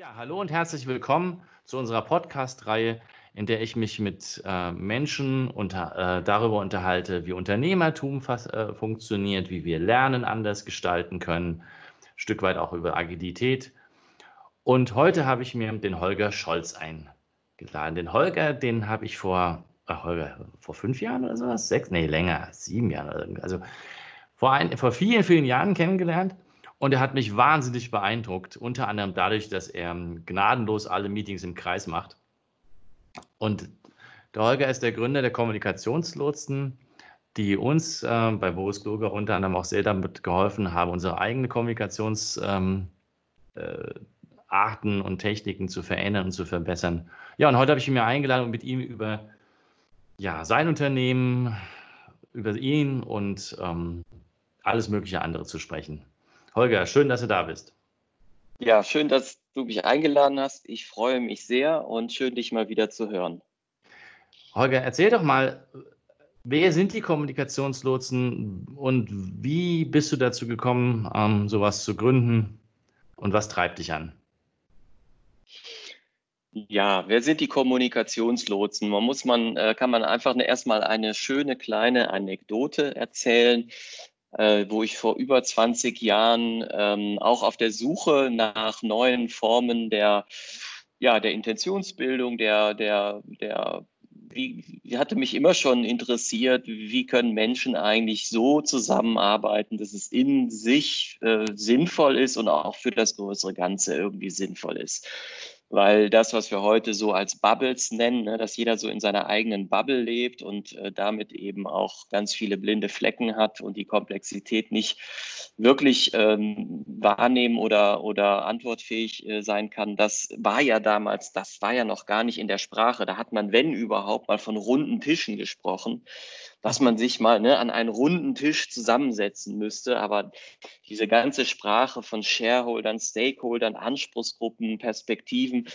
Ja, hallo und herzlich willkommen zu unserer Podcast-Reihe, in der ich mich mit Menschen darüber unterhalte, wie Unternehmertum funktioniert, wie wir Lernen anders gestalten können, ein Stück weit auch über Agilität. Und heute habe ich mir den Holger Scholz eingeladen. Den Holger, den habe ich vor 5 Jahren oder sowas, nee, länger, 7 Jahren oder irgendwie. Also vor vielen, vielen Jahren kennengelernt. Und er hat mich wahnsinnig beeindruckt, unter anderem dadurch, dass er gnadenlos alle Meetings im Kreis macht. Und der Holger ist der Gründer der Kommunikationslotsen, die uns bei Boris Kluger unter anderem auch sehr damit geholfen haben, unsere eigene Kommunikationsarten und Techniken zu verändern und zu verbessern. Ja, und heute habe ich ihn mir eingeladen, um mit ihm über sein Unternehmen, über ihn und alles mögliche andere zu sprechen. Holger, schön, dass du da bist. Ja, schön, dass du mich eingeladen hast. Ich freue mich sehr und schön, dich mal wieder zu hören. Holger, erzähl doch mal, wer sind die Kommunikationslotsen und wie bist du dazu gekommen, sowas zu gründen und was treibt dich an? Ja, wer sind die Kommunikationslotsen? Kann man einfach erstmal eine schöne kleine Anekdote erzählen, wo ich vor über 20 Jahren auch auf der Suche nach neuen Formen der Intentionsbildung, wie hatte mich immer schon interessiert, wie können Menschen eigentlich so zusammenarbeiten, dass es in sich sinnvoll ist und auch für das größere Ganze irgendwie sinnvoll ist. Weil das, was wir heute so als Bubbles nennen, ne, dass jeder so in seiner eigenen Bubble lebt und damit eben auch ganz viele blinde Flecken hat und die Komplexität nicht wirklich wahrnehmen oder antwortfähig sein kann, das war ja noch gar nicht in der Sprache. Da hat man, wenn überhaupt, mal von runden Tischen gesprochen, dass man sich mal an einen runden Tisch zusammensetzen müsste. Aber diese ganze Sprache von Shareholdern, Stakeholdern, Anspruchsgruppen, Perspektiven,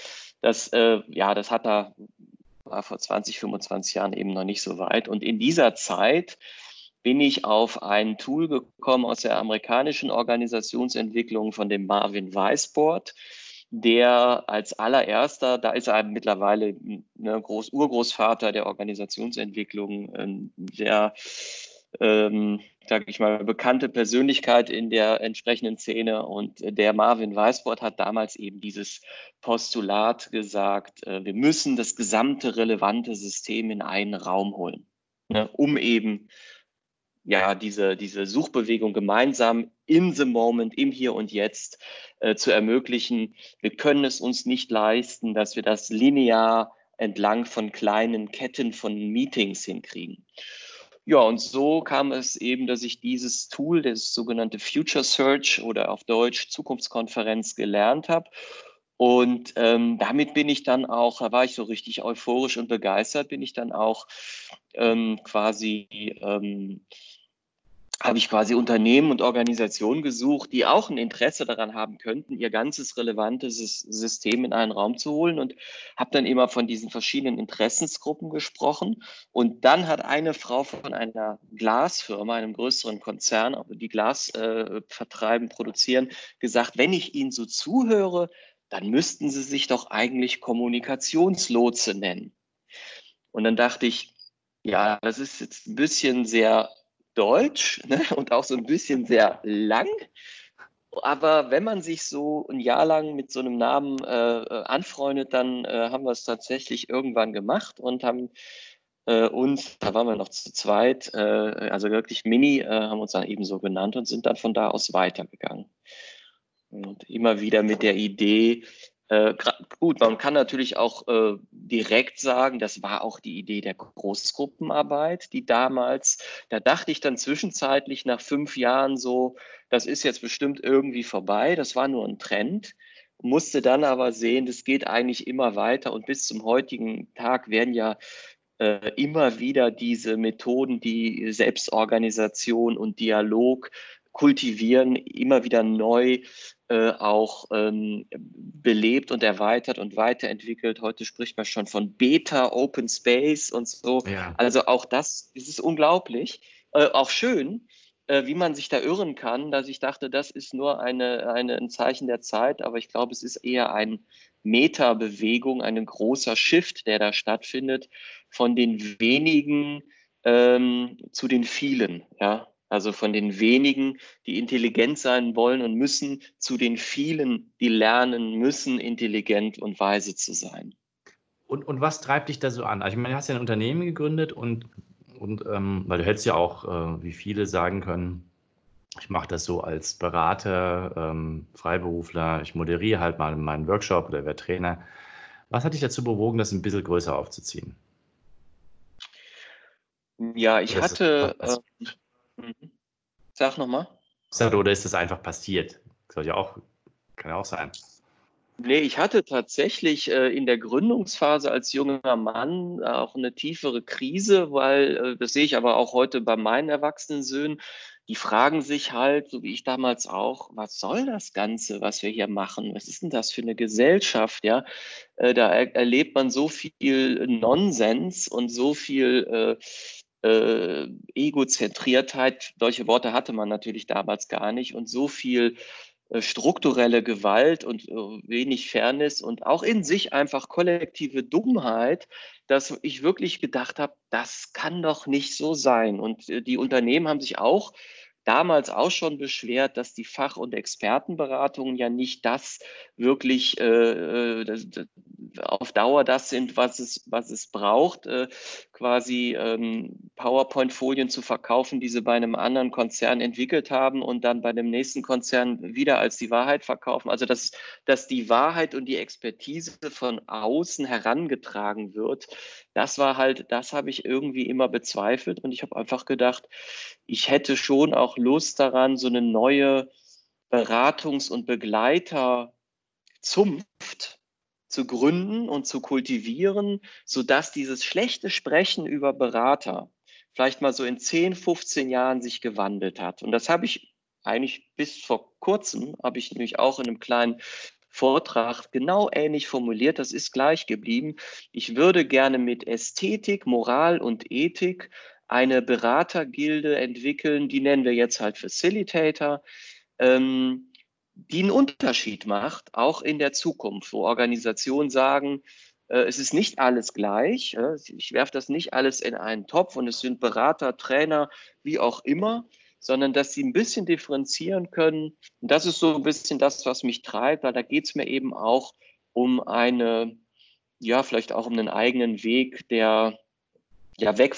war vor 20, 25 Jahren eben noch nicht so weit. Und in dieser Zeit bin ich auf ein Tool gekommen aus der amerikanischen Organisationsentwicklung von dem Marvin Weisbord, der als allererster, da ist er mittlerweile Urgroßvater der Organisationsentwicklung, sehr, sage ich mal, bekannte Persönlichkeit in der entsprechenden Szene. Und der Marvin Weisbord hat damals eben dieses Postulat gesagt, wir müssen das gesamte relevante System in einen Raum holen, ne, um eben diese Suchbewegung gemeinsam in the moment, im Hier und Jetzt zu ermöglichen. Wir können es uns nicht leisten, dass wir das linear entlang von kleinen Ketten von Meetings hinkriegen. Ja, und so kam es eben, dass ich dieses Tool, das sogenannte Future Search oder auf Deutsch Zukunftskonferenz, gelernt habe. Und damit bin ich dann auch, da war ich so richtig euphorisch und begeistert, bin ich dann auch habe ich quasi Unternehmen und Organisationen gesucht, die auch ein Interesse daran haben könnten, ihr ganzes relevantes System in einen Raum zu holen, und habe dann immer von diesen verschiedenen Interessensgruppen gesprochen. Und dann hat eine Frau von einer Glasfirma, einem größeren Konzern, die Glas vertreiben, produzieren, gesagt, wenn ich Ihnen so zuhöre, dann müssten Sie sich doch eigentlich Kommunikationslotse nennen. Und dann dachte ich, ja, das ist jetzt ein bisschen sehr deutsch, ne? Und auch so ein bisschen sehr lang. Aber wenn man sich so ein Jahr lang mit so einem Namen anfreundet, dann haben wir es tatsächlich irgendwann gemacht und haben da waren wir noch zu zweit, also wirklich Mini, haben uns dann eben so genannt und sind dann von da aus weitergegangen. Und immer wieder mit der Idee, gut, man kann natürlich auch direkt sagen, das war auch die Idee der Großgruppenarbeit, die damals, da dachte ich dann zwischenzeitlich nach 5 Jahren so, das ist jetzt bestimmt irgendwie vorbei, das war nur ein Trend, musste dann aber sehen, das geht eigentlich immer weiter, und bis zum heutigen Tag werden ja immer wieder diese Methoden, die Selbstorganisation und Dialog kultivieren, immer wieder neu auch belebt und erweitert und weiterentwickelt. Heute spricht man schon von Beta, Open Space und so. Ja, Also auch das ist unglaublich, auch schön. wie man sich da irren kann, dass ich dachte, das ist nur ein Zeichen der Zeit, aber ich glaube, es ist eher eine Metabewegung, ein großer Shift, der da stattfindet, von den wenigen zu den vielen, ja. Also von den wenigen, die intelligent sein wollen und müssen, zu den vielen, die lernen müssen, intelligent und weise zu sein. Und was treibt dich da so an? Also ich meine, du hast ja ein Unternehmen gegründet weil du hättest ja auch, wie viele sagen können, ich mache das so als Berater, Freiberufler, ich moderiere halt mal meinen Workshop oder werde Trainer. Was hat dich dazu bewogen, das ein bisschen größer aufzuziehen? Ja, ich Oder ist das einfach hatte, passiert? mhm. Sag nochmal. Oder ist das einfach passiert? Soll ja auch, kann ja auch sein. Nee, ich hatte tatsächlich in der Gründungsphase als junger Mann auch eine tiefere Krise, weil das sehe ich aber auch heute bei meinen erwachsenen Söhnen, die fragen sich halt, so wie ich damals auch: „Was soll das Ganze, was wir hier machen? Was ist denn das für eine Gesellschaft?“ Ja, da erlebt man so viel Nonsens und so viel Egozentriertheit. Solche Worte hatte man natürlich damals gar nicht und so viel strukturelle Gewalt und wenig Fairness und auch in sich einfach kollektive Dummheit, dass ich wirklich gedacht habe, das kann doch nicht so sein. Und die Unternehmen haben sich auch damals auch schon beschwert, dass die Fach- und Expertenberatungen ja nicht das wirklich auf Dauer das sind, was es braucht, quasi PowerPoint-Folien zu verkaufen, die sie bei einem anderen Konzern entwickelt haben und dann bei dem nächsten Konzern wieder als die Wahrheit verkaufen. Also dass die Wahrheit und die Expertise von außen herangetragen wird, das habe ich irgendwie immer bezweifelt und ich habe einfach gedacht, ich hätte schon auch Lust daran, so eine neue Beratungs- und Begleiterzunft zu gründen und zu kultivieren, sodass dieses schlechte Sprechen über Berater vielleicht mal so in 10, 15 Jahren sich gewandelt hat. Und das habe ich eigentlich bis vor kurzem, habe ich nämlich auch in einem kleinen Vortrag genau ähnlich formuliert. Das ist gleich geblieben. Ich würde gerne mit Ästhetik, Moral und Ethik eine Beratergilde entwickeln, die nennen wir jetzt halt Facilitator, die einen Unterschied macht, auch in der Zukunft, wo Organisationen sagen, es ist nicht alles gleich, ich werfe das nicht alles in einen Topf und es sind Berater, Trainer, wie auch immer, sondern dass sie ein bisschen differenzieren können. Und das ist so ein bisschen das, was mich treibt, weil da geht es mir eben auch um ja, vielleicht auch um einen eigenen Weg, der ja weg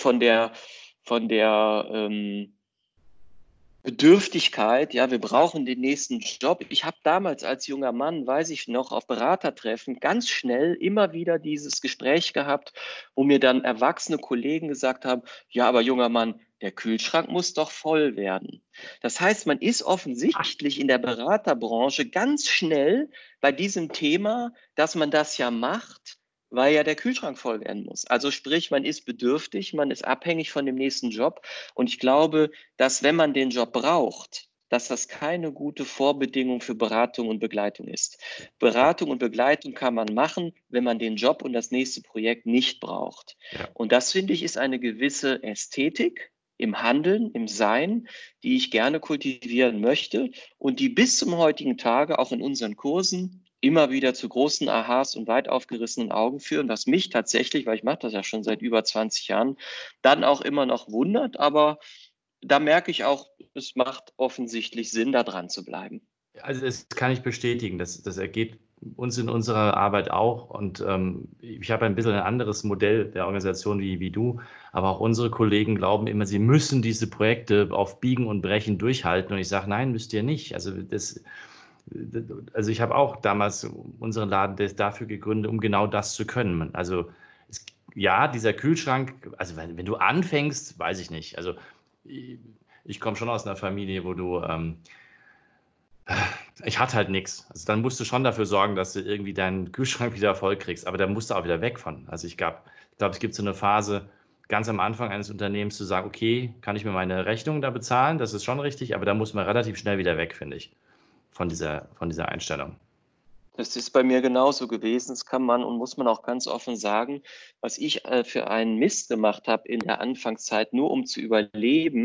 von der Bedürftigkeit, ja, wir brauchen den nächsten Job. Ich habe damals als junger Mann, weiß ich noch, auf Beratertreffen ganz schnell immer wieder dieses Gespräch gehabt, wo mir dann erwachsene Kollegen gesagt haben, ja, aber junger Mann, der Kühlschrank muss doch voll werden. Das heißt, man ist offensichtlich in der Beraterbranche ganz schnell bei diesem Thema, dass man das ja macht, weil ja der Kühlschrank voll werden muss. Also sprich, man ist bedürftig, man ist abhängig von dem nächsten Job. Und ich glaube, dass wenn man den Job braucht, dass das keine gute Vorbedingung für Beratung und Begleitung ist. Beratung und Begleitung kann man machen, wenn man den Job und das nächste Projekt nicht braucht. Ja. Und das, finde ich, ist eine gewisse Ästhetik im Handeln, im Sein, die ich gerne kultivieren möchte und die bis zum heutigen Tage auch in unseren Kursen immer wieder zu großen Aha's und weit aufgerissenen Augen führen, was mich tatsächlich, weil ich mache das ja schon seit über 20 Jahren, dann auch immer noch wundert, aber da merke ich auch, es macht offensichtlich Sinn, da dran zu bleiben. Also das kann ich bestätigen. Das ergeht uns in unserer Arbeit auch. Und ich habe ein bisschen ein anderes Modell der Organisation wie du. Aber auch unsere Kollegen glauben immer, sie müssen diese Projekte auf Biegen und Brechen durchhalten. Und ich sage, nein, müsst ihr nicht. Also ich habe auch damals unseren Laden dafür gegründet, um genau das zu können. Also es, ja, dieser Kühlschrank, also wenn du anfängst, weiß ich nicht. Also ich komme schon aus einer Familie, wo du ich hatte halt nichts. Also dann musst du schon dafür sorgen, dass du irgendwie deinen Kühlschrank wieder voll kriegst. Aber da musst du auch wieder weg von. Also ich glaube, es gibt so eine Phase ganz am Anfang eines Unternehmens zu sagen, okay, kann ich mir meine Rechnung da bezahlen? Das ist schon richtig, aber da muss man relativ schnell wieder weg, finde ich, von dieser Einstellung. Das ist bei mir genauso gewesen. Das kann man und muss man auch ganz offen sagen, was ich für einen Mist gemacht habe in der Anfangszeit, nur um zu überleben,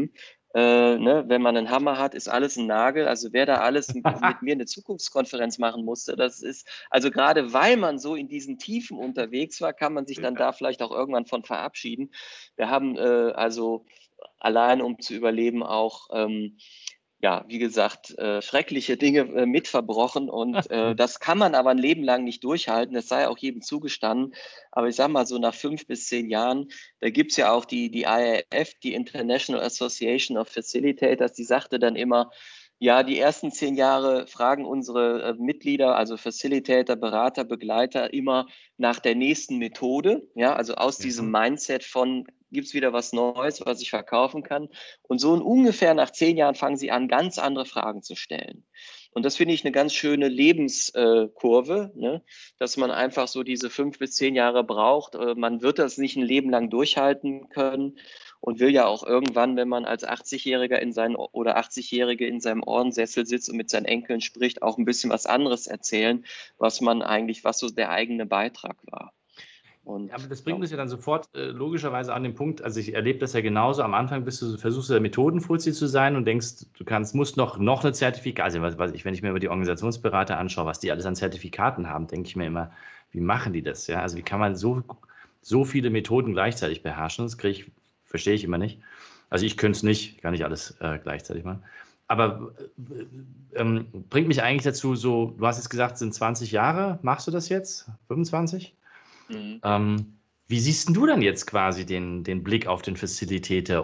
Ne, wenn man einen Hammer hat, ist alles ein Nagel. Also wer da alles mit mir eine Zukunftskonferenz machen musste, das ist, also gerade weil man so in diesen Tiefen unterwegs war, kann man sich dann da vielleicht auch irgendwann von verabschieden. Wir haben also allein, um zu überleben, auch ja, wie gesagt, schreckliche Dinge mit verbrochen und das kann man aber ein Leben lang nicht durchhalten, das sei auch jedem zugestanden. Aber ich sage mal so nach 5 bis 10 Jahren, da gibt es ja auch die IAF, die International Association of Facilitators, die sagte dann immer, ja, die ersten 10 Jahre fragen unsere Mitglieder, also Facilitator, Berater, Begleiter, immer nach der nächsten Methode, ja, also aus diesem Mindset von, gibt es wieder was Neues, was ich verkaufen kann. Und so ungefähr nach 10 Jahren fangen sie an, ganz andere Fragen zu stellen. Und das finde ich eine ganz schöne Lebenskurve, ne? Dass man einfach so diese 5 bis 10 Jahre braucht. Man wird das nicht ein Leben lang durchhalten können und will ja auch irgendwann, wenn man als 80-Jähriger oder 80-Jährige in seinem Ohrensessel sitzt und mit seinen Enkeln spricht, auch ein bisschen was anderes erzählen, was so der eigene Beitrag war. Und, aber das bringt uns ja dann sofort logischerweise an den Punkt, also ich erlebe das ja genauso, am Anfang versuchst du der Methodenfuzzi zu sein und denkst, musst noch eine Zertifikat, also wenn ich mir über die Organisationsberater anschaue, was die alles an Zertifikaten haben, denke ich mir immer, wie machen die das? Ja? Also wie kann man so viele Methoden gleichzeitig beherrschen? Verstehe ich immer nicht. Also ich könnte es nicht, kann nicht alles gleichzeitig machen. Aber bringt mich eigentlich dazu, so, du hast jetzt gesagt, sind 20 Jahre, machst du das jetzt? 25? Wie siehst denn du dann jetzt quasi den Blick auf den Facilitator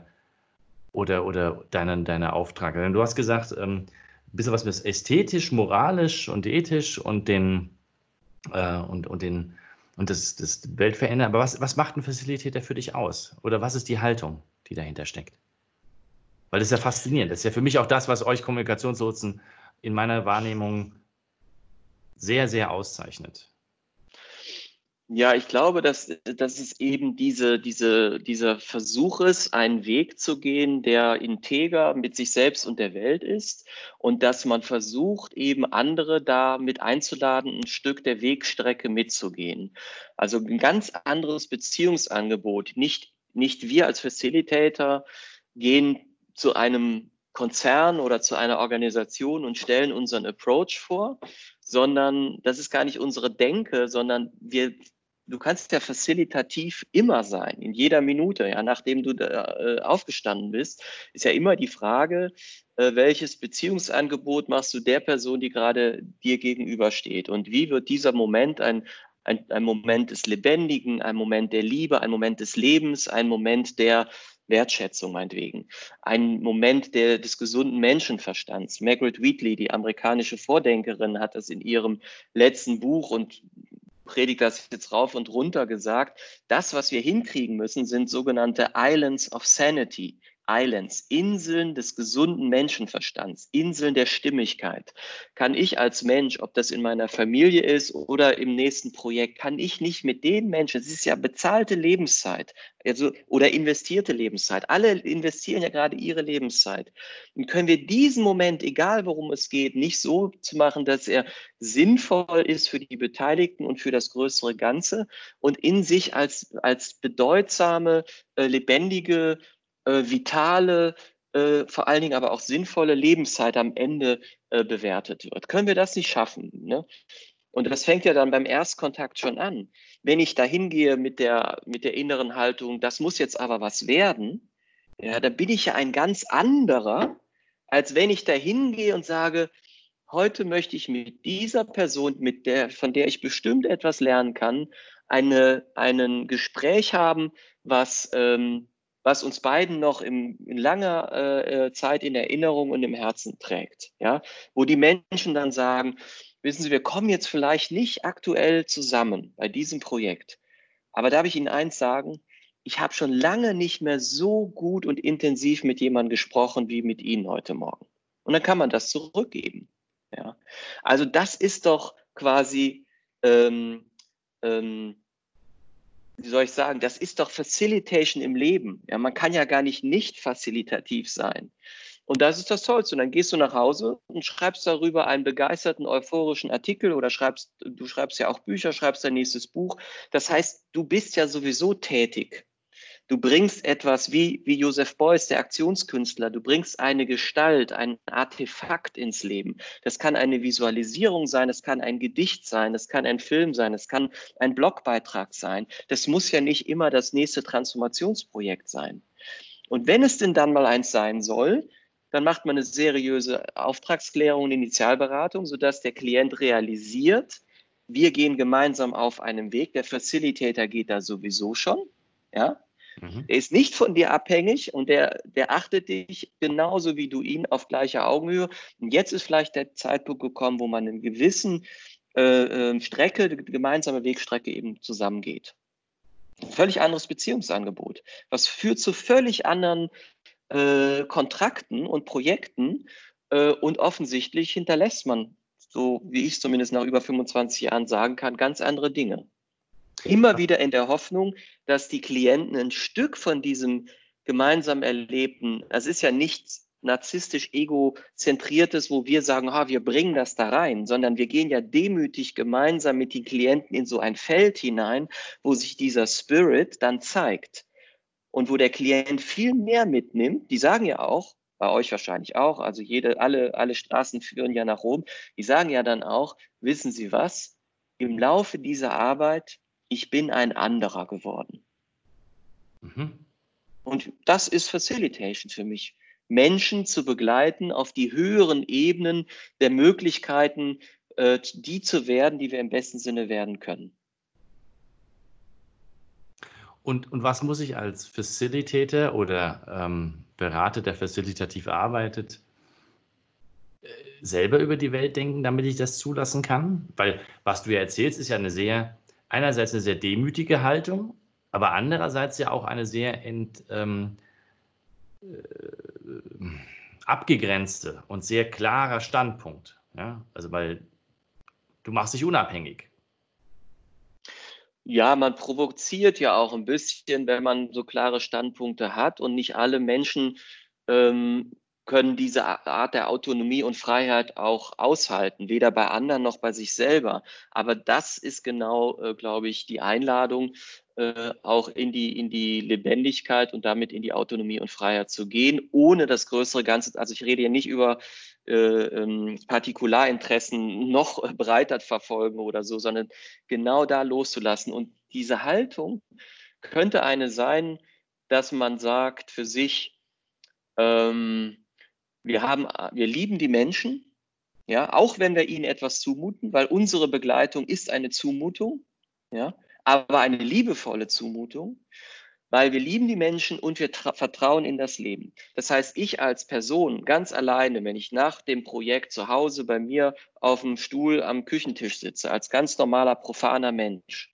oder deine Auftrag? Denn du hast gesagt, ein bisschen was mit ästhetisch, moralisch und ethisch und das Welt verändern. Aber was macht ein Facilitator für dich aus? Oder was ist die Haltung, die dahinter steckt? Weil das ist ja faszinierend. Das ist ja für mich auch das, was euch Kommunikationslotsen in meiner Wahrnehmung sehr, sehr auszeichnet. Ja, ich glaube, dass es eben dieser Versuch ist, einen Weg zu gehen, der integer mit sich selbst und der Welt ist und dass man versucht, eben andere da mit einzuladen, ein Stück der Wegstrecke mitzugehen. Also ein ganz anderes Beziehungsangebot. Nicht wir als Facilitator gehen zu einem Konzern oder zu einer Organisation und stellen unseren Approach vor, sondern das ist gar nicht unsere Denke, sondern du kannst ja facilitativ immer sein, in jeder Minute, ja, nachdem du aufgestanden bist, ist ja immer die Frage, welches Beziehungsangebot machst du der Person, die gerade dir gegenübersteht und wie wird dieser Moment ein Moment des Lebendigen, ein Moment der Liebe, ein Moment des Lebens, ein Moment der Wertschätzung meinetwegen, ein Moment des gesunden Menschenverstands. Margaret Wheatley, die amerikanische Vordenkerin, hat das in ihrem letzten Buch und predigt das jetzt rauf und runter gesagt. Das, was wir hinkriegen müssen, sind sogenannte Islands of Sanity. Islands, Inseln des gesunden Menschenverstands, Inseln der Stimmigkeit. Kann ich als Mensch, ob das in meiner Familie ist oder im nächsten Projekt, kann ich nicht mit den Menschen, es ist ja bezahlte Lebenszeit, also, oder investierte Lebenszeit. Alle investieren ja gerade ihre Lebenszeit. Und können wir diesen Moment, egal worum es geht, nicht so zu machen, dass er sinnvoll ist für die Beteiligten und für das größere Ganze und in sich als bedeutsame, lebendige, vitale, vor allen Dingen aber auch sinnvolle Lebenszeit am Ende bewertet wird. Können wir das nicht schaffen? Ne? Und das fängt ja dann beim Erstkontakt schon an. Wenn ich da hingehe mit der inneren Haltung, das muss jetzt aber was werden, ja, dann bin ich ja ein ganz anderer, als wenn ich da hingehe und sage, heute möchte ich mit dieser Person, von der ich bestimmt etwas lernen kann, ein Gespräch haben, was uns beiden noch in langer Zeit in Erinnerung und im Herzen trägt. Ja? Wo die Menschen dann sagen, wissen Sie, wir kommen jetzt vielleicht nicht aktuell zusammen bei diesem Projekt. Aber darf ich Ihnen eins sagen? Ich habe schon lange nicht mehr so gut und intensiv mit jemandem gesprochen wie mit Ihnen heute Morgen. Und dann kann man das zurückgeben. Ja? Also das ist doch quasi, ähm, ähm, wie soll ich sagen, das ist doch Facilitation im Leben. Ja, man kann ja gar nicht facilitativ sein. Und das ist das Tollste. Und dann gehst du nach Hause und schreibst darüber einen begeisterten, euphorischen Artikel oder du schreibst ja auch Bücher, schreibst dein nächstes Buch. Das heißt, du bist ja sowieso tätig. Du bringst etwas wie Joseph Beuys, der Aktionskünstler, du bringst eine Gestalt, ein Artefakt ins Leben. Das kann eine Visualisierung sein, es kann ein Gedicht sein, es kann ein Film sein, es kann ein Blogbeitrag sein. Das muss ja nicht immer das nächste Transformationsprojekt sein. Und wenn es denn dann mal eins sein soll, dann macht man eine seriöse Auftragsklärung und Initialberatung, sodass der Klient realisiert, wir gehen gemeinsam auf einem Weg. Der Facilitator geht da sowieso schon. Ja? Er ist nicht von dir abhängig und der achtet dich genauso wie du ihn auf gleicher Augenhöhe. Und jetzt ist vielleicht der Zeitpunkt gekommen, wo man in gewissen Strecke, die gemeinsame Wegstrecke eben zusammengeht. Ein völlig anderes Beziehungsangebot. Was führt zu völlig anderen Kontrakten und Projekten und offensichtlich hinterlässt man, so wie ich es zumindest nach über 25 Jahren sagen kann, ganz andere Dinge. Immer wieder in der Hoffnung, dass die Klienten ein Stück von diesem gemeinsam Erlebten, das ist ja nichts narzisstisch egozentriertes, wo wir sagen, wir bringen das da rein, sondern wir gehen ja demütig gemeinsam mit den Klienten in so ein Feld hinein, wo sich dieser Spirit dann zeigt und wo der Klient viel mehr mitnimmt. Die sagen ja auch, bei euch wahrscheinlich auch, also alle Straßen führen ja nach Rom, die sagen ja dann auch, wissen Sie was, im Laufe dieser Arbeit, ich bin ein anderer geworden. Und das ist Facilitation für mich. Menschen zu begleiten auf die höheren Ebenen der Möglichkeiten, die zu werden, die wir im besten Sinne werden können. Und was muss ich als Facilitator oder Berater, der facilitativ arbeitet, selber über die Welt denken, damit ich das zulassen kann? Weil was du ja erzählst, ist ja einerseits eine sehr demütige Haltung, aber andererseits ja auch eine sehr abgegrenzte und sehr klarer Standpunkt. Ja? Also weil du machst dich unabhängig. Ja, man provoziert ja auch ein bisschen, wenn man so klare Standpunkte hat und nicht alle Menschen können diese Art der Autonomie und Freiheit auch aushalten, weder bei anderen noch bei sich selber. Aber das ist genau, glaube ich, die Einladung, auch in die Lebendigkeit und damit in die Autonomie und Freiheit zu gehen, ohne das größere Ganze. Also ich rede hier nicht über Partikularinteressen noch breiter verfolgen oder so, sondern genau da loszulassen. Und diese Haltung könnte eine sein, dass man sagt für sich, wir lieben die Menschen, ja, auch wenn wir ihnen etwas zumuten, weil unsere Begleitung ist eine Zumutung, ja, aber eine liebevolle Zumutung, weil wir lieben die Menschen und wir vertrauen in das Leben. Das heißt, ich als Person ganz alleine, wenn ich nach dem Projekt zu Hause bei mir auf dem Stuhl am Küchentisch sitze, als ganz normaler, profaner Mensch,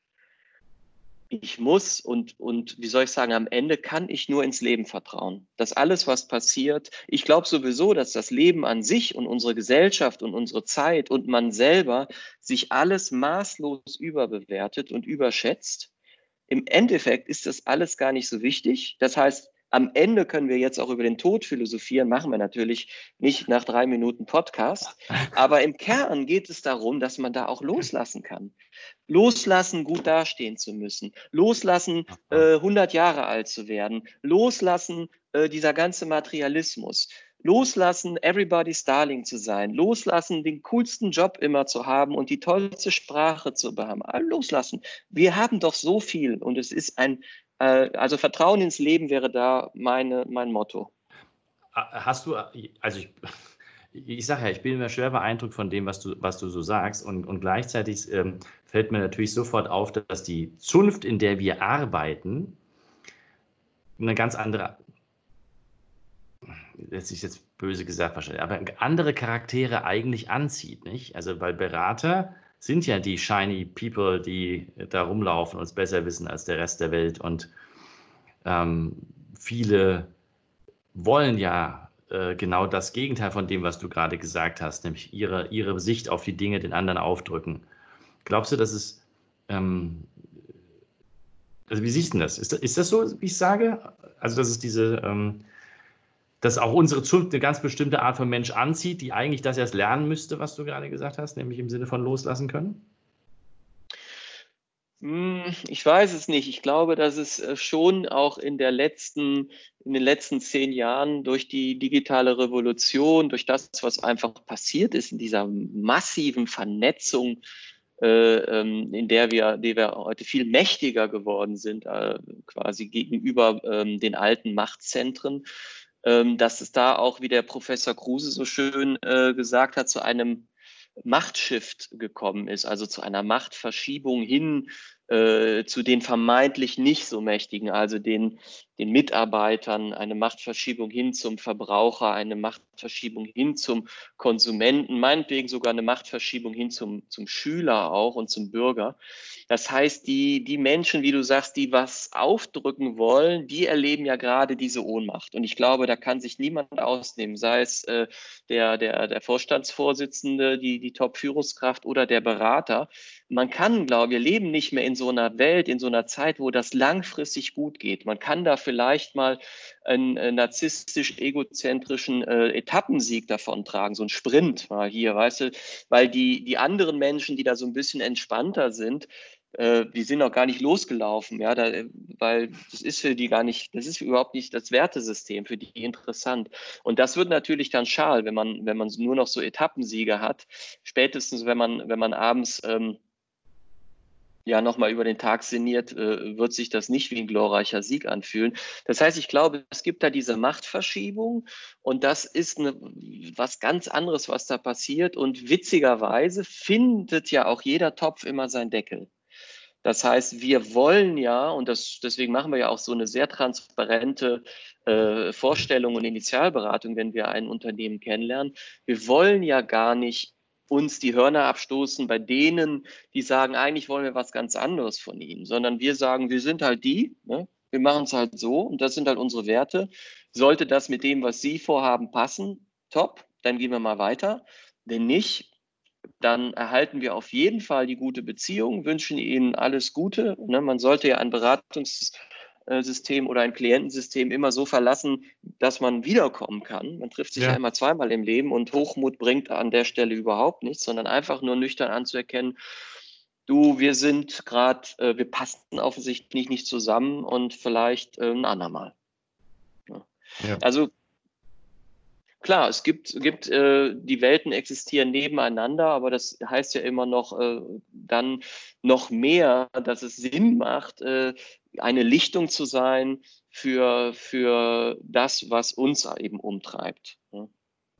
ich muss und wie soll ich sagen, am Ende kann ich nur ins Leben vertrauen. Dass alles, was passiert, ich glaube sowieso, dass das Leben an sich und unsere Gesellschaft und unsere Zeit und man selber sich alles maßlos überbewertet und überschätzt. Im Endeffekt ist das alles gar nicht so wichtig. Das heißt, am Ende können wir jetzt auch über den Tod philosophieren, machen wir natürlich nicht nach 3 Minuten Podcast. Aber im Kern geht es darum, dass man da auch loslassen kann. Loslassen, gut dastehen zu müssen. Loslassen, 100 Jahre alt zu werden. Loslassen, dieser ganze Materialismus. Loslassen, everybody's darling zu sein. Loslassen, den coolsten Job immer zu haben und die tollste Sprache zu haben. Loslassen. Wir haben doch so viel und es ist also Vertrauen ins Leben wäre da mein Motto. Hast du, also ich sage ja, ich bin immer schwer beeindruckt von dem, was du so sagst und gleichzeitig fällt mir natürlich sofort auf, dass die Zunft, in der wir arbeiten, eine ganz andere, das ist jetzt böse gesagt wahrscheinlich, aber andere Charaktere eigentlich anzieht, nicht? Also weil Berater sind ja die shiny people, die da rumlaufen und es besser wissen als der Rest der Welt und viele wollen ja genau das Gegenteil von dem, was du gerade gesagt hast, nämlich ihre Sicht auf die Dinge den anderen aufdrücken. Glaubst du, dass es, also wie siehst du das? Ist das so, wie ich sage? Also, dass es dass auch unsere Zunft eine ganz bestimmte Art von Mensch anzieht, die eigentlich das erst lernen müsste, was du gerade gesagt hast, nämlich im Sinne von loslassen können? Ich weiß es nicht. Ich glaube, dass es schon auch in den letzten 10 Jahren durch die digitale Revolution, durch das, was einfach passiert ist in dieser massiven Vernetzung, die wir heute viel mächtiger geworden sind, quasi gegenüber den alten Machtzentren, dass es da auch, wie der Professor Kruse so schön gesagt hat, zu einem Machtshift gekommen ist, also zu einer Machtverschiebung hin zu den vermeintlich nicht so Mächtigen, also den Mitarbeitern, eine Machtverschiebung hin zum Verbraucher, eine Machtverschiebung hin zum Konsumenten, meinetwegen sogar eine Machtverschiebung hin zum Schüler auch und zum Bürger. Das heißt, die Menschen, wie du sagst, die was aufdrücken wollen, die erleben ja gerade diese Ohnmacht. Und ich glaube, da kann sich niemand ausnehmen, sei es der Vorstandsvorsitzende, die Top-Führungskraft oder der Berater. Man kann, glaube ich, wir leben nicht mehr in so einer Welt, in so einer Zeit, wo das langfristig gut geht. Man kann da vielleicht mal einen narzisstisch-egozentrischen Etappensieg davontragen, so ein Sprint mal hier, weißt du, weil die anderen Menschen, die da so ein bisschen entspannter sind, die sind noch gar nicht losgelaufen, ja, weil das ist für die gar nicht, das ist überhaupt nicht das Wertesystem für die interessant. Und das wird natürlich dann schal, wenn man nur noch so Etappensiege hat. Spätestens, wenn man abends ja nochmal über den Tag sinniert, wird sich das nicht wie ein glorreicher Sieg anfühlen. Das heißt, ich glaube, es gibt da diese Machtverschiebung und das ist was ganz anderes, was da passiert. Und witzigerweise findet ja auch jeder Topf immer seinen Deckel. Das heißt, wir wollen ja, und deswegen machen wir ja auch so eine sehr transparente Vorstellung und Initialberatung, wenn wir ein Unternehmen kennenlernen. Wir wollen ja gar nicht uns die Hörner abstoßen bei denen, die sagen, eigentlich wollen wir was ganz anderes von ihnen, sondern wir sagen, wir sind halt die, ne? Wir machen es halt so und das sind halt unsere Werte. Sollte das mit dem, was Sie vorhaben, passen, top, dann gehen wir mal weiter. Wenn nicht, dann erhalten wir auf jeden Fall die gute Beziehung, wünschen Ihnen alles Gute. Ne? Man sollte ja ein Beratungssystem oder ein Klientensystem immer so verlassen, dass man wiederkommen kann. Man trifft sich ja Ja. immer zweimal im Leben und Hochmut bringt an der Stelle überhaupt nichts, sondern einfach nur nüchtern anzuerkennen, du, wir passen offensichtlich nicht zusammen und vielleicht ein andermal. Ja. Ja. Also klar, die Welten existieren nebeneinander, aber das heißt ja immer noch dann noch mehr, dass es Sinn macht, eine Lichtung zu sein für das, was uns eben umtreibt. Ne?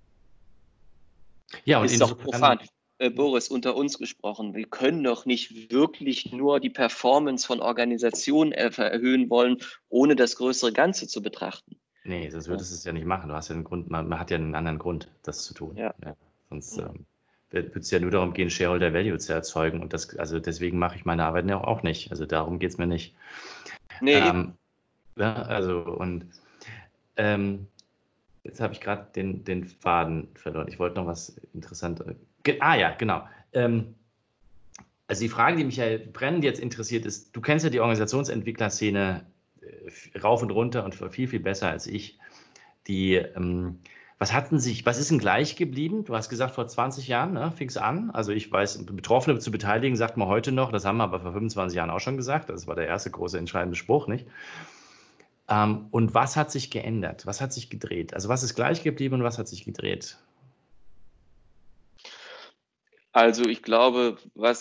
Ja, und Ist doch insofern, profan. Boris, unter uns gesprochen, wir können doch nicht wirklich nur die Performance von Organisationen erhöhen wollen, ohne das größere Ganze zu betrachten. nee, sonst Ja, würdest du es ja nicht machen. Du hast ja einen Grund, man hat ja einen anderen Grund, das zu tun. ja, Ja. Sonst ja. würde es ja nur darum gehen, Shareholder Value zu erzeugen. Und also deswegen mache ich meine Arbeit ja auch nicht. Also darum geht es mir nicht. Nee, Ähm, ja, also und ähm, jetzt habe ich gerade den Faden verloren. Ich wollte noch was Interessantes. Ja, genau. Also die Frage, die mich ja brennend jetzt interessiert, ist, du kennst ja die Organisationsentwicklerszene rauf und runter und viel, viel besser als ich. Die, was ist denn gleich geblieben? Du hast gesagt, vor 20 Jahren, ne, fing es an. Also ich weiß, Betroffene zu beteiligen, sagt man heute noch, das haben wir aber vor 25 Jahren auch schon gesagt. Das war der erste große entscheidende Spruch, nicht? Und was hat sich geändert? Was hat sich gedreht? Also was ist gleich geblieben und was hat sich gedreht? also ich glaube,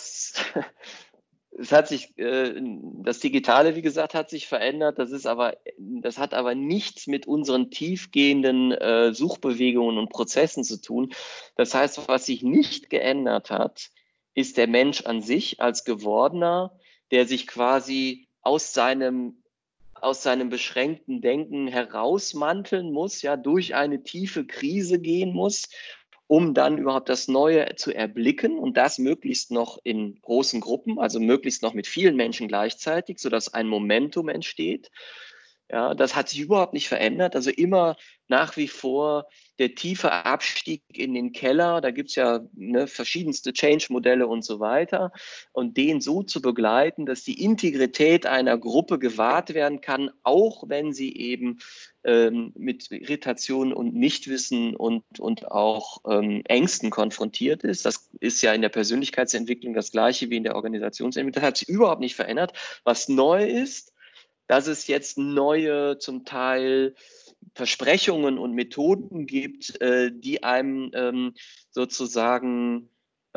es hat sich, das Digitale, wie gesagt, hat sich verändert. Das hat aber nichts mit unseren tiefgehenden Suchbewegungen und Prozessen zu tun. Das heißt, was sich nicht geändert hat, ist der Mensch an sich als Gewordener, der sich quasi aus seinem beschränkten Denken herausmanteln muss, ja, durch eine tiefe Krise gehen muss, um dann überhaupt das Neue zu erblicken und das möglichst noch in großen Gruppen, also möglichst noch mit vielen Menschen gleichzeitig, sodass ein Momentum entsteht. Ja, das hat sich überhaupt nicht verändert. Also immer nach wie vor der tiefe Abstieg in den Keller. Da gibt es ja verschiedenste Change-Modelle und so weiter. Und den so zu begleiten, dass die Integrität einer Gruppe gewahrt werden kann, auch wenn sie eben mit Irritation und Nichtwissen und auch Ängsten konfrontiert ist. Das ist ja in der Persönlichkeitsentwicklung das Gleiche wie in der Organisationsentwicklung. Das hat sich überhaupt nicht verändert. Was neu ist, dass es jetzt neue, zum Teil Versprechungen und Methoden gibt, die einem sozusagen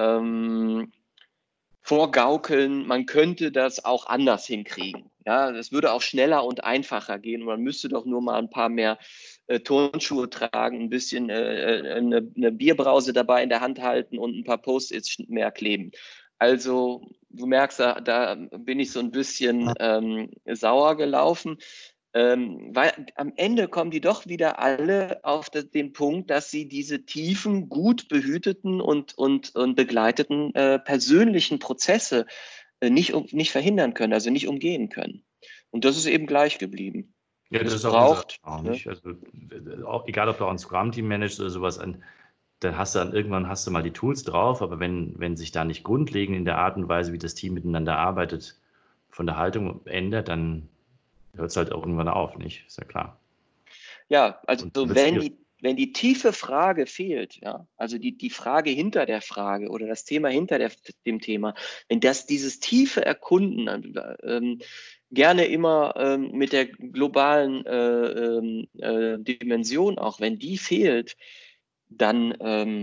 vorgaukeln, man könnte das auch anders hinkriegen. Ja, es würde auch schneller und einfacher gehen. Man müsste doch nur mal ein paar mehr Turnschuhe tragen, ein bisschen eine Bierbrause dabei in der Hand halten und ein paar Post-its mehr kleben. Also du merkst, da bin ich so ein bisschen sauer gelaufen. Weil am Ende kommen die doch wieder alle auf den Punkt, dass sie diese tiefen, gut behüteten und begleiteten persönlichen Prozesse nicht verhindern können, also nicht umgehen können. Und das ist eben gleich geblieben. Ja, das Es ist auch unser braucht, auch ne? nicht. Also, auch, egal, ob du auch ein Scrum-Team managst oder sowas, dann irgendwann hast du mal die Tools drauf, aber wenn sich da nicht grundlegend in der Art und Weise, wie das Team miteinander arbeitet, von der Haltung ändert, dann hört es halt auch irgendwann auf, nicht? Ist ja klar. Ja, also Und dann wird es wenn schwierig. die tiefe Frage fehlt, ja, also die Frage hinter der Frage oder das Thema hinter dem Thema, wenn dieses tiefe Erkunden gerne immer mit der globalen Dimension auch, wenn die fehlt, dann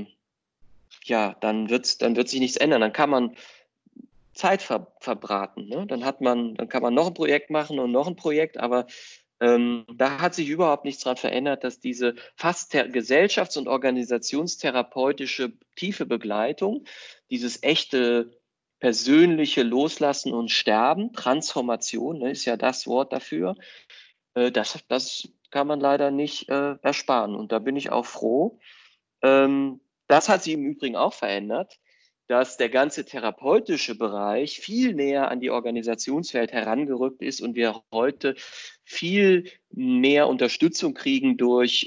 dann wird sich nichts ändern. Dann kann man Zeit verbraten. Ne? Dann kann man noch ein Projekt machen und noch ein Projekt, aber da hat sich überhaupt nichts daran verändert, dass diese fast gesellschafts- und organisationstherapeutische tiefe Begleitung, dieses echte persönliche Loslassen und Sterben, Transformation, ne, ist ja das Wort dafür, das kann man leider nicht ersparen. Und da bin ich auch froh. Das hat sich im Übrigen auch verändert, dass der ganze therapeutische Bereich viel näher an die Organisationswelt herangerückt ist und wir heute viel mehr Unterstützung kriegen durch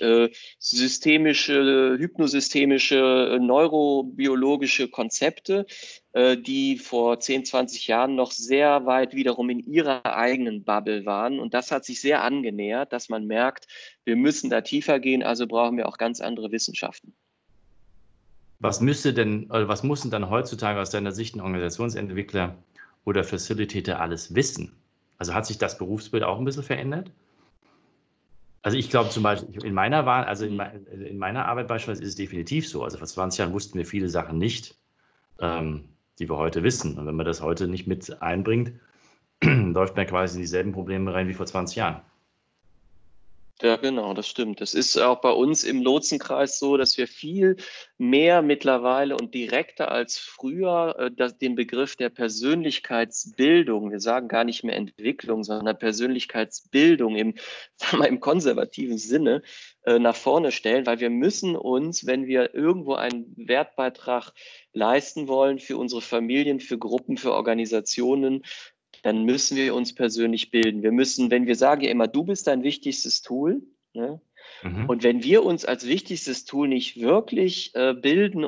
hypnosystemische, neurobiologische Konzepte, die vor 10, 20 Jahren noch sehr weit wiederum in ihrer eigenen Bubble waren. Und das hat sich sehr angenähert, dass man merkt, wir müssen da tiefer gehen, also brauchen wir auch ganz andere Wissenschaften. Was müsste denn, oder was muss denn dann heutzutage aus deiner Sicht ein Organisationsentwickler oder Facilitator alles wissen? Also hat sich das Berufsbild auch ein bisschen verändert? Also ich glaube zum Beispiel in meiner Wahl, also in meiner Arbeit beispielsweise ist es definitiv so. Also vor 20 Jahren wussten wir viele Sachen nicht, die wir heute wissen. Und wenn man das heute nicht mit einbringt, läuft man quasi in dieselben Probleme rein wie vor 20 Jahren. Ja, genau, das stimmt. Das ist auch bei uns im Lotsenkreis so, dass wir viel mehr mittlerweile und direkter als früher den Begriff der Persönlichkeitsbildung, wir sagen gar nicht mehr Entwicklung, sondern Persönlichkeitsbildung im, sagen wir, im konservativen Sinne nach vorne stellen, weil wir müssen uns, wenn wir irgendwo einen Wertbeitrag leisten wollen für unsere Familien, für Gruppen, für Organisationen, dann müssen wir uns persönlich bilden. Wir müssen, wenn wir sagen ja immer, du bist dein wichtigstes Tool, ne? Mhm. Und wenn wir uns als wichtigstes Tool nicht wirklich bilden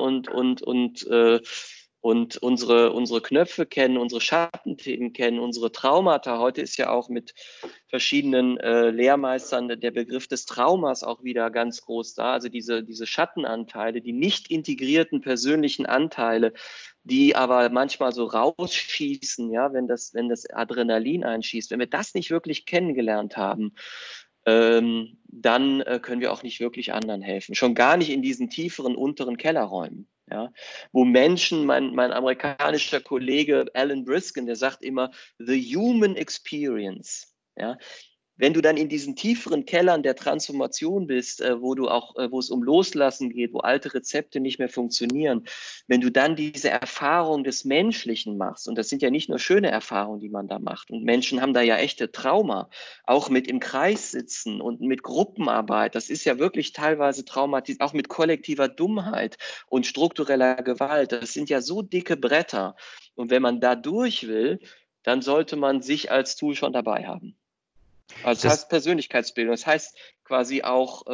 und unsere Knöpfe kennen, unsere Schattenthemen kennen, unsere Traumata, heute ist ja auch mit verschiedenen Lehrmeistern der Begriff des Traumas auch wieder ganz groß da, also diese Schattenanteile, die nicht integrierten persönlichen Anteile, die aber manchmal so rausschießen, ja, wenn das Adrenalin einschießt, wenn wir das nicht wirklich kennengelernt haben, dann können wir auch nicht wirklich anderen helfen. Schon gar nicht in diesen tieferen, unteren Kellerräumen. Ja, wo Menschen, mein amerikanischer Kollege Alan Briskin, der sagt immer, the human experience. Ja, wenn du dann in diesen tieferen Kellern der Transformation bist, wo es um Loslassen geht, wo alte Rezepte nicht mehr funktionieren, wenn du dann diese Erfahrung des Menschlichen machst, und das sind ja nicht nur schöne Erfahrungen, die man da macht, und Menschen haben da ja echte Trauma, auch mit im Kreis sitzen und mit Gruppenarbeit, das ist ja wirklich teilweise traumatisiert, auch mit kollektiver Dummheit und struktureller Gewalt, das sind ja so dicke Bretter. Und wenn man da durch will, dann sollte man sich als Tool schon dabei haben. Also das heißt Persönlichkeitsbildung, das heißt quasi auch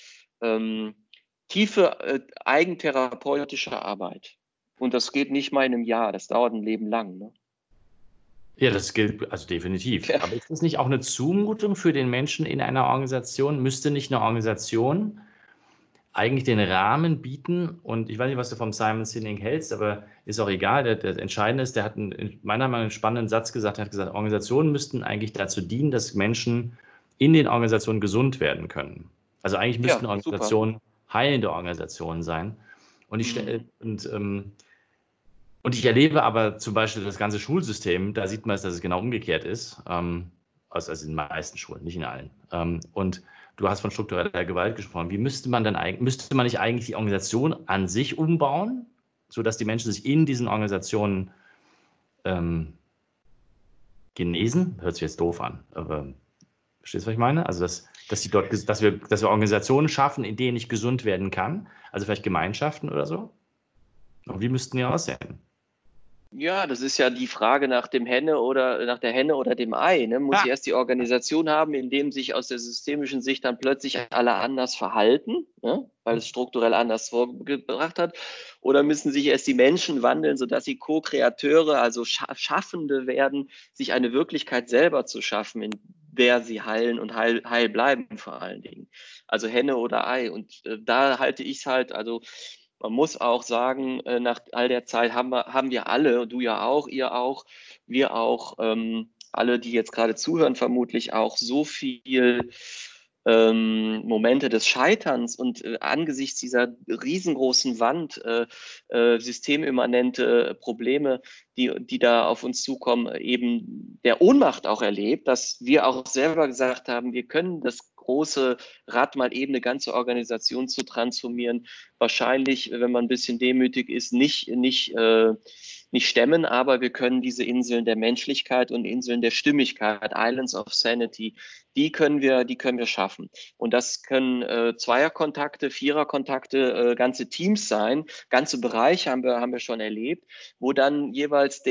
tiefe eigentherapeutische Arbeit. Und das geht nicht mal in einem Jahr, das dauert ein Leben lang. Ne? Ja, das gilt also definitiv. Ja. Aber ist das nicht auch eine Zumutung für den Menschen in einer Organisation? Müsste nicht eine Organisation eigentlich den Rahmen bieten? Und ich weiß nicht, was du vom Simon Sinek hältst, aber ist auch egal. Das Entscheidende ist, der hat meiner Meinung nach einen spannenden Satz gesagt. Er hat gesagt, Organisationen müssten eigentlich dazu dienen, dass Menschen in den Organisationen gesund werden können. Also eigentlich müssten Ja, super. Organisationen heilende Organisationen sein. Und und ich erlebe aber zum Beispiel das ganze Schulsystem, da sieht man es, dass es genau umgekehrt ist. Also in den meisten Schulen, nicht in allen. Und du hast von struktureller Gewalt gesprochen. Wie müsste man nicht eigentlich die Organisation an sich umbauen, sodass die Menschen sich in diesen Organisationen genesen? Hört sich jetzt doof an, aber verstehst du, was ich meine? Also, dass wir Organisationen schaffen, in denen ich gesund werden kann, also vielleicht Gemeinschaften oder so. Und wie müssten die aussehen? Ja, das ist ja die Frage nach der Henne oder dem Ei. Ne? Muss ich erst die Organisation haben, in dem sich aus der systemischen Sicht dann plötzlich alle anders verhalten, ne? Weil es strukturell anders vorgebracht hat? Oder müssen sich erst die Menschen wandeln, sodass sie Co-Kreateure, also Schaffende werden, sich eine Wirklichkeit selber zu schaffen, in der sie heilen und heil bleiben vor allen Dingen. Also Henne oder Ei. Und da halte ich es halt, also man muss auch sagen, nach all der Zeit haben wir alle, du ja auch, ihr auch, wir auch, alle, die jetzt gerade zuhören, vermutlich auch so viel Momente des Scheiterns und angesichts dieser riesengroßen Wand systemimmanente Probleme, die da auf uns zukommen, eben der Ohnmacht auch erlebt, dass wir auch selber gesagt haben, wir können das große Rad mal eben eine ganze Organisation zu transformieren, wahrscheinlich, wenn man ein bisschen demütig ist, nicht stemmen, aber wir können diese Inseln der Menschlichkeit und Inseln der Stimmigkeit, Islands of Sanity, die können wir schaffen. Und das können Zweierkontakte, Viererkontakte, ganze Teams sein, ganze Bereiche haben wir schon erlebt, wo dann jeweils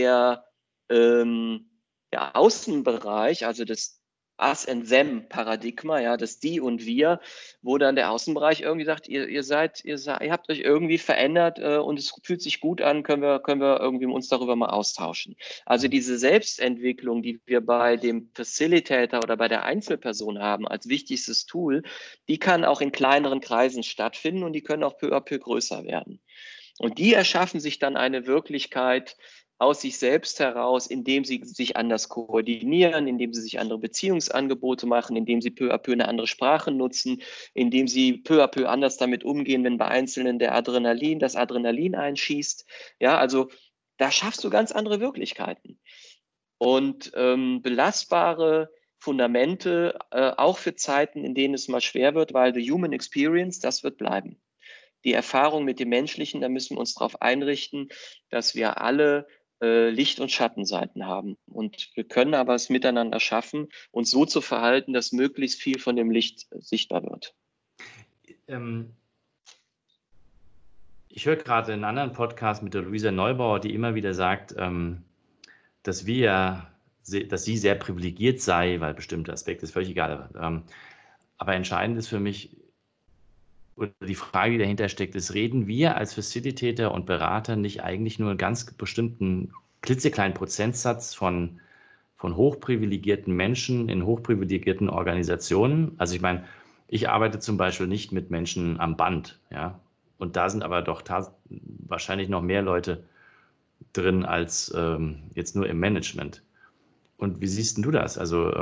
der Außenbereich, also das Us and Them Paradigma, ja, das Die und Wir, wo dann der Außenbereich irgendwie sagt, ihr habt euch irgendwie verändert und es fühlt sich gut an, können wir irgendwie uns darüber mal austauschen. Also diese Selbstentwicklung, die wir bei dem Facilitator oder bei der Einzelperson haben als wichtigstes Tool, die kann auch in kleineren Kreisen stattfinden und die können auch peu à peu größer werden. Und die erschaffen sich dann eine Wirklichkeit aus sich selbst heraus, indem sie sich anders koordinieren, indem sie sich andere Beziehungsangebote machen, indem sie peu à peu eine andere Sprache nutzen, indem sie peu à peu anders damit umgehen, wenn bei Einzelnen das Adrenalin einschießt. Ja, also da schaffst du ganz andere Wirklichkeiten. Und belastbare Fundamente, auch für Zeiten, in denen es mal schwer wird, weil the human experience, das wird bleiben. Die Erfahrung mit dem Menschlichen, da müssen wir uns darauf einrichten, dass wir alle Licht- und Schattenseiten haben. Und wir können aber es miteinander schaffen, uns so zu verhalten, dass möglichst viel von dem Licht sichtbar wird. Ich höre gerade einen anderen Podcast mit der Luisa Neubauer, die immer wieder sagt, dass sie sehr privilegiert sei, weil bestimmte Aspekte ist völlig egal. Aber entscheidend ist für mich, oder die Frage, die dahinter steckt, ist, reden wir als Facilitator und Berater nicht eigentlich nur einen ganz bestimmten klitzekleinen Prozentsatz von hochprivilegierten Menschen in hochprivilegierten Organisationen? Also ich meine, ich arbeite zum Beispiel nicht mit Menschen am Band, ja. Und da sind aber doch wahrscheinlich noch mehr Leute drin als jetzt nur im Management. Und wie siehst denn du das? Also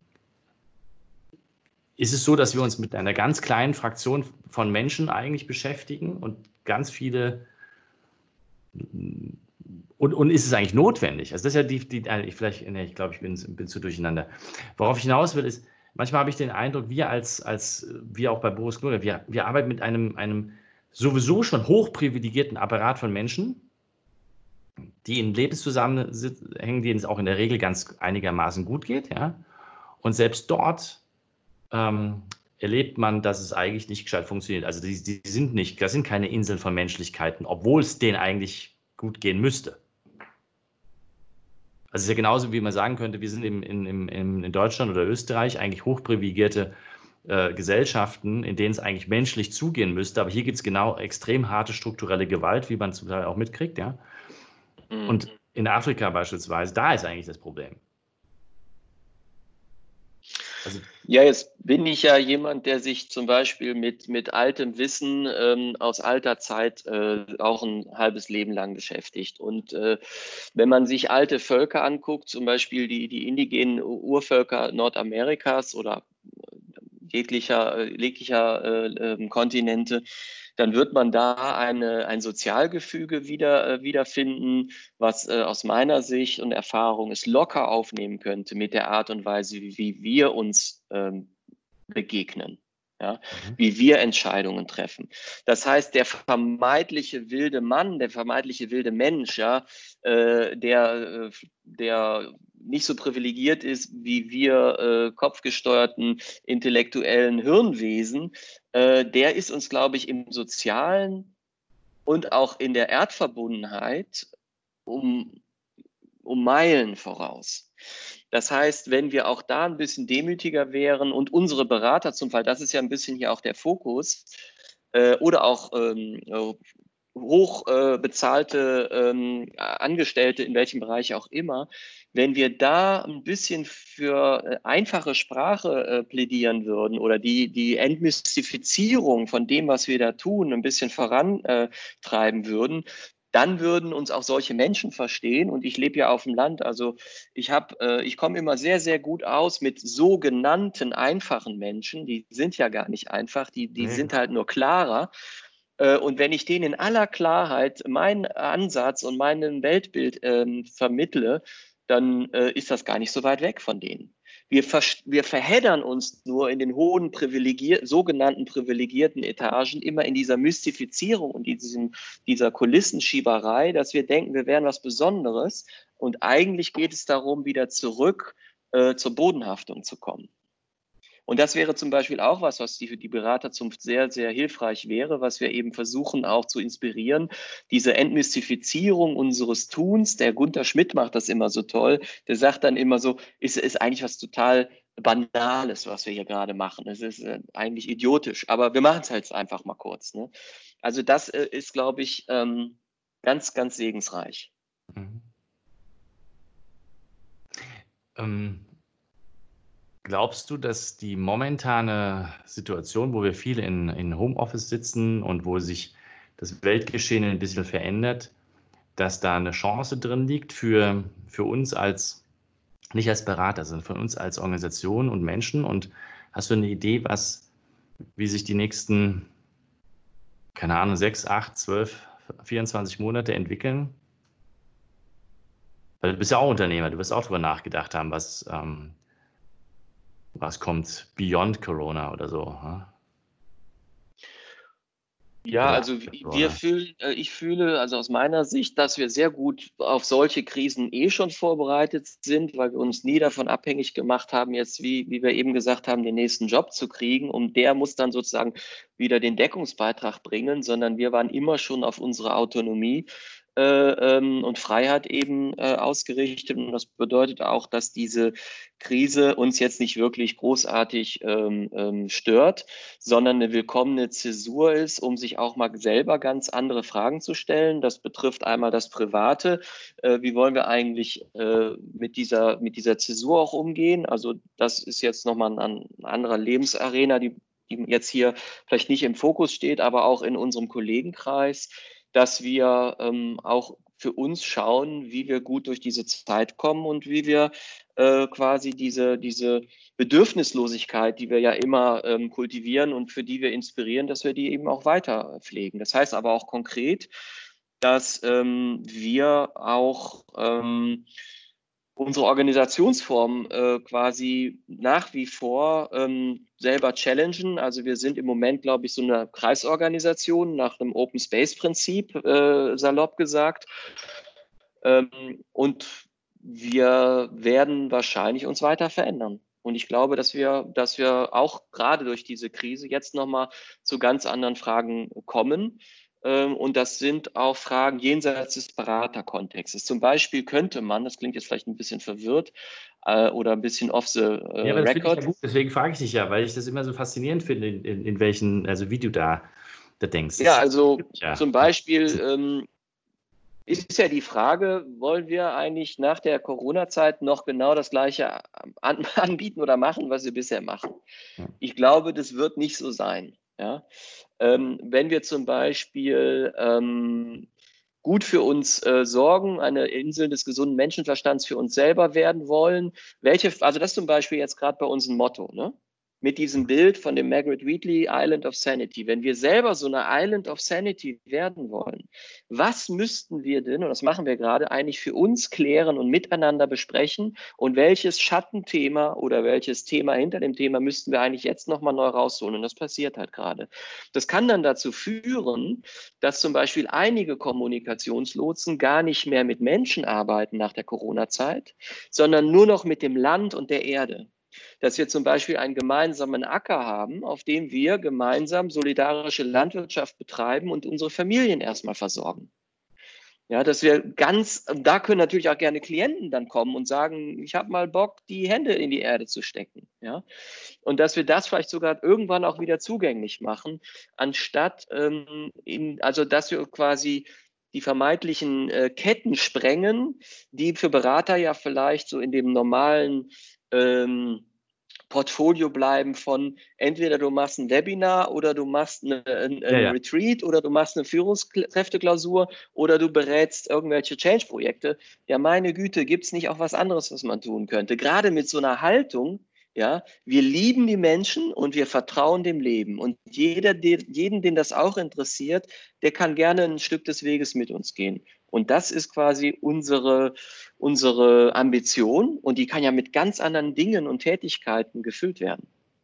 ist es so, dass wir uns mit einer ganz kleinen Fraktion von Menschen eigentlich beschäftigen und ganz viele und ist es eigentlich notwendig? Also das ist ja ich glaube, ich bin zu durcheinander. Worauf ich hinaus will, ist, manchmal habe ich den Eindruck, wir auch bei Boris Knolle, wir arbeiten mit einem sowieso schon hochprivilegierten Apparat von Menschen, die in Lebenszusammenhängen, denen es auch in der Regel ganz einigermaßen gut geht, ja. Und selbst dort erlebt man, dass es eigentlich nicht gescheit funktioniert. Also das sind keine Inseln von Menschlichkeiten, obwohl es denen eigentlich gut gehen müsste. Also es ist ja genauso, wie man sagen könnte, wir sind in Deutschland oder Österreich eigentlich hochprivilegierte Gesellschaften, in denen es eigentlich menschlich zugehen müsste. Aber hier gibt es genau extrem harte strukturelle Gewalt, wie man zum Teil auch mitkriegt, ja. Mhm. Und in Afrika beispielsweise, da ist eigentlich das Problem. Also, Ja, jetzt bin ich ja jemand, der sich zum Beispiel mit altem Wissen aus alter Zeit auch ein halbes Leben lang beschäftigt. Und wenn man sich alte Völker anguckt, zum Beispiel die indigenen Urvölker Nordamerikas oder jeglicher Kontinente, dann wird man da ein Sozialgefüge wiederfinden, was aus meiner Sicht und Erfahrung es locker aufnehmen könnte mit der Art und Weise, wie wir uns begegnen. Ja, wie wir Entscheidungen treffen. Das heißt, der vermeintliche wilde Mann, der vermeintliche wilde Mensch, ja, der nicht so privilegiert ist wie wir kopfgesteuerten intellektuellen Hirnwesen, der ist uns, glaube ich, im Sozialen und auch in der Erdverbundenheit um Meilen voraus. Das heißt, wenn wir auch da ein bisschen demütiger wären und unsere Berater zum Fall, das ist ja ein bisschen hier auch der Fokus, oder auch hoch bezahlte Angestellte, in welchem Bereich auch immer, wenn wir da ein bisschen für einfache Sprache plädieren würden oder die Entmystifizierung von dem, was wir da tun, ein bisschen vorantreiben würden, dann würden uns auch solche Menschen verstehen. Und ich lebe ja auf dem Land, also ich komme immer sehr, sehr gut aus mit sogenannten einfachen Menschen. Die sind ja gar nicht einfach, die nee, sind halt nur klarer. Und wenn ich denen in aller Klarheit meinen Ansatz und mein Weltbild vermittle, dann ist das gar nicht so weit weg von denen. Wir verheddern uns nur in den hohen sogenannten privilegierten Etagen immer in dieser Mystifizierung und dieser Kulissenschieberei, dass wir denken, wir wären was Besonderes. Und eigentlich geht es darum, wieder zurück zur Bodenhaftung zu kommen. Und das wäre zum Beispiel auch was für die Beraterzunft sehr, sehr hilfreich wäre, was wir eben versuchen auch zu inspirieren. Diese Entmystifizierung unseres Tuns, der Gunther Schmidt macht das immer so toll, der sagt dann immer so, ist eigentlich was total Banales, was wir hier gerade machen. Es ist eigentlich idiotisch, aber wir machen es halt einfach mal kurz. Ne? Also das ist, glaube ich, ganz, ganz segensreich. mhm. Ähm, Glaubst du, dass die momentane Situation, wo wir viele in Homeoffice sitzen und wo sich das Weltgeschehen ein bisschen verändert, dass da eine Chance drin liegt für uns als, nicht als Berater, sondern für uns als Organisation und Menschen? Und hast du eine Idee, wie sich die nächsten, keine Ahnung, 6, 8, 12, 24 Monate entwickeln? Weil du bist ja auch Unternehmer, du wirst auch darüber nachgedacht haben, was kommt beyond Corona oder so. Hm? Ja, Oder also Corona. ich fühle also aus meiner Sicht, dass wir sehr gut auf solche Krisen schon vorbereitet sind, weil wir uns nie davon abhängig gemacht haben, jetzt, wie wir eben gesagt haben, den nächsten Job zu kriegen. Und der muss dann sozusagen wieder den Deckungsbeitrag bringen, sondern wir waren immer schon auf unsere Autonomie und Freiheit eben ausgerichtet. Und das bedeutet auch, dass diese Krise uns jetzt nicht wirklich großartig stört, sondern eine willkommene Zäsur ist, um sich auch mal selber ganz andere Fragen zu stellen. Das betrifft einmal das Private. Wie wollen wir eigentlich mit dieser Zäsur auch umgehen? Also das ist jetzt nochmal ein anderer Lebensarena, die jetzt hier vielleicht nicht im Fokus steht, aber auch in unserem Kollegenkreis, dass wir auch für uns schauen, wie wir gut durch diese Zeit kommen und wie wir quasi diese Bedürfnislosigkeit, die wir ja immer kultivieren und für die wir inspirieren, dass wir die eben auch weiter pflegen. Das heißt aber auch konkret, dass wir auch unsere Organisationsform quasi nach wie vor selber challengen. Also wir sind im Moment, glaube ich, so eine Kreisorganisation nach einem Open Space Prinzip, salopp gesagt. Und wir werden wahrscheinlich uns weiter verändern. Und ich glaube, dass wir auch gerade durch diese Krise jetzt nochmal zu ganz anderen Fragen kommen. Und das sind auch Fragen jenseits des Beraterkontextes. Zum Beispiel könnte man, das klingt jetzt vielleicht ein bisschen verwirrt oder ein bisschen off the Ja, aber das finde ich ja record. gut, deswegen frage ich dich ja, weil ich das immer so faszinierend finde, in welchen, also wie du da denkst. Ja, Das also gibt ja. zum Beispiel ist ja die Frage, wollen wir eigentlich nach der Corona-Zeit noch genau das Gleiche anbieten oder machen, was wir bisher machen? Ja. Ich glaube, das wird nicht so sein. Ja? Wenn wir zum Beispiel gut für uns sorgen, eine Insel des gesunden Menschenverstands für uns selber werden wollen, also das ist zum Beispiel jetzt gerade bei uns ein Motto, ne? Mit diesem Bild von dem Margaret Wheatley Island of Sanity. Wenn wir selber so eine Island of Sanity werden wollen, was müssten wir denn, und das machen wir gerade, eigentlich für uns klären und miteinander besprechen und welches Schattenthema oder welches Thema hinter dem Thema müssten wir eigentlich jetzt nochmal neu rausholen, und das passiert halt gerade. Das kann dann dazu führen, dass zum Beispiel einige Kommunikationslotsen gar nicht mehr mit Menschen arbeiten nach der Corona-Zeit, sondern nur noch mit dem Land und der Erde. Dass wir zum Beispiel einen gemeinsamen Acker haben, auf dem wir gemeinsam solidarische Landwirtschaft betreiben und unsere Familien erstmal versorgen. Ja, dass wir da können natürlich auch gerne Klienten dann kommen und sagen, ich habe mal Bock, die Hände in die Erde zu stecken. Ja, und dass wir das vielleicht sogar irgendwann auch wieder zugänglich machen, anstatt, also dass wir quasi die vermeintlichen Ketten sprengen, die für Berater ja vielleicht so in dem normalen Portfolio bleiben von entweder du machst ein Webinar oder du machst Ja, ein ja. Retreat oder du machst eine Führungskräfteklausur oder du berätst irgendwelche Change-Projekte. Ja, meine Güte, gibt es nicht auch was anderes, was man tun könnte? Gerade mit so einer Haltung, ja, wir lieben die Menschen und wir vertrauen dem Leben. Und jeden, den das auch interessiert, der kann gerne ein Stück des Weges mit uns gehen. Und das ist quasi unsere Ambition, und die kann ja mit ganz anderen Dingen und Tätigkeiten gefüllt werden.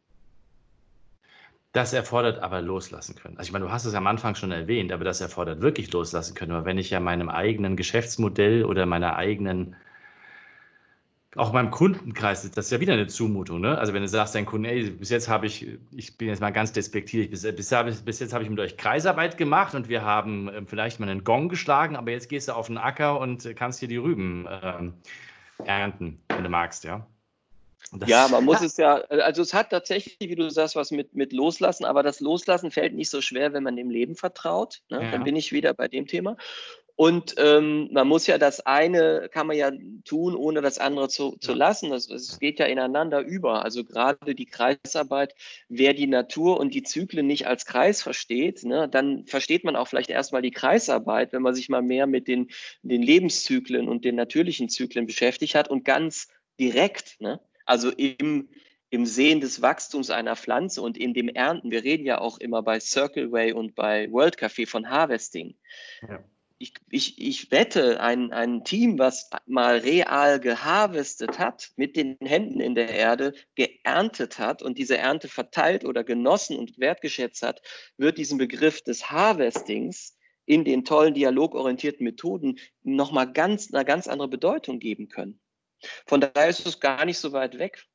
Das erfordert aber loslassen können. Also ich meine, du hast es am Anfang schon erwähnt, aber das erfordert wirklich loslassen können. Weil wenn ich ja meinem eigenen Geschäftsmodell oder meiner eigenen, auch meinem Kundenkreis, das ist ja wieder eine Zumutung, ne? Also wenn du sagst, dein Kunde, ey, bis jetzt habe ich bin jetzt mal ganz despektierlich, bis jetzt habe ich mit euch Kreisarbeit gemacht und wir haben vielleicht mal einen Gong geschlagen, aber jetzt gehst du auf den Acker und kannst hier die Rüben ernten, wenn du magst, ja. Ja, man muss es ja, also es hat tatsächlich, wie du sagst, was mit Loslassen, aber das Loslassen fällt nicht so schwer, wenn man dem Leben vertraut. Ne? Dann Ja, bin ich wieder bei dem Thema. Und man muss ja das eine, kann man ja tun, ohne das andere zu ja. lassen. Das geht ja ineinander über. Also gerade die Kreisarbeit, wer die Natur und die Zyklen nicht als Kreis versteht, ne, dann versteht man auch vielleicht erstmal die Kreisarbeit, wenn man sich mal mehr mit den Lebenszyklen und den natürlichen Zyklen beschäftigt hat und ganz direkt, ne, also im Sehen des Wachstums einer Pflanze und in dem Ernten. Wir reden ja auch immer bei Circle Way und bei World Café von Harvesting. Ja. Ich wette, ein Team, was mal real geharvestet hat, mit den Händen in der Erde geerntet hat und diese Ernte verteilt oder genossen und wertgeschätzt hat, wird diesen Begriff des Harvestings in den tollen dialogorientierten Methoden nochmal eine ganz andere Bedeutung geben können. Von daher ist es gar nicht so weit weg.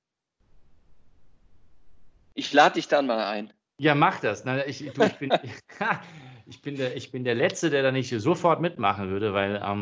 Ich lade dich dann mal ein. Ja, mach das. Nein, ich bin der Letzte, der da nicht sofort mitmachen würde,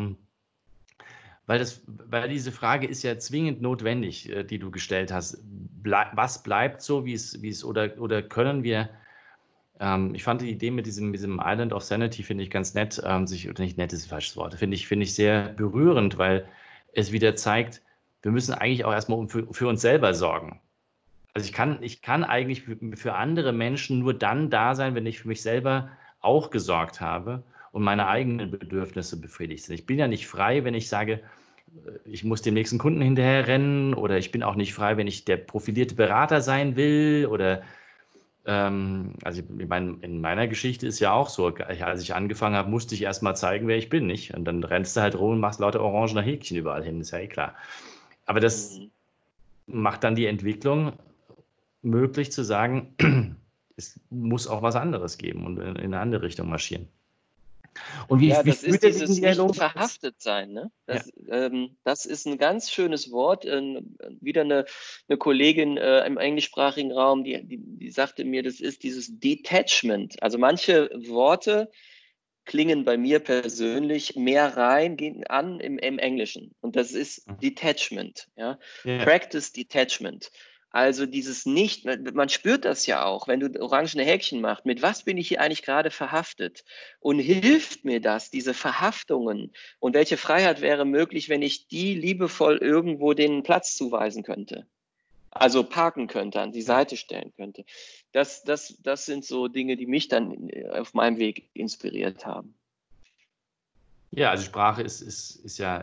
weil diese Frage ist ja zwingend notwendig, die du gestellt hast. Was bleibt so, oder können wir, ich fand die Idee mit diesem Island of Sanity, finde ich ganz nett, oder nicht nett ist ein falsches Wort, finde ich sehr berührend, weil es wieder zeigt, wir müssen eigentlich auch erstmal für uns selber sorgen. Also ich kann eigentlich für andere Menschen nur dann da sein, wenn ich für mich selber auch gesorgt habe und meine eigenen Bedürfnisse befriedigt sind. Ich bin ja nicht frei, wenn ich sage, ich muss dem nächsten Kunden hinterher rennen, oder ich bin auch nicht frei, wenn ich der profilierte Berater sein will, oder also in meiner Geschichte ist ja auch so, als ich angefangen habe, musste ich erst mal zeigen, wer ich bin, nicht? Und dann rennst du halt rum und machst lauter orangene Häkchen überall hin, ist ja eh klar. Aber das Mhm. macht dann die Entwicklung möglich zu sagen, es muss auch was anderes geben und in eine andere Richtung marschieren. Und Ja, wie das führt ist er diesen dieses nicht Dialog jetzt? verhaftet sein. Ne? Ja, Das ist ein ganz schönes Wort. Wieder eine Kollegin im englischsprachigen Raum, die sagte mir, das ist dieses Detachment. Also manche Worte klingen bei mir persönlich mehr rein, gehen an im Englischen. Und das ist Detachment, ja. Ja. Practice Detachment. Also dieses nicht, man spürt das ja auch, wenn du orangene Häkchen machst, mit was bin ich hier eigentlich gerade verhaftet? Und hilft mir das, diese Verhaftungen? Und welche Freiheit wäre möglich, wenn ich die liebevoll irgendwo den Platz zuweisen könnte? Also parken könnte, an die Seite stellen könnte. Das sind so Dinge, die mich dann auf meinem Weg inspiriert haben. Ja, also Sprache ist ja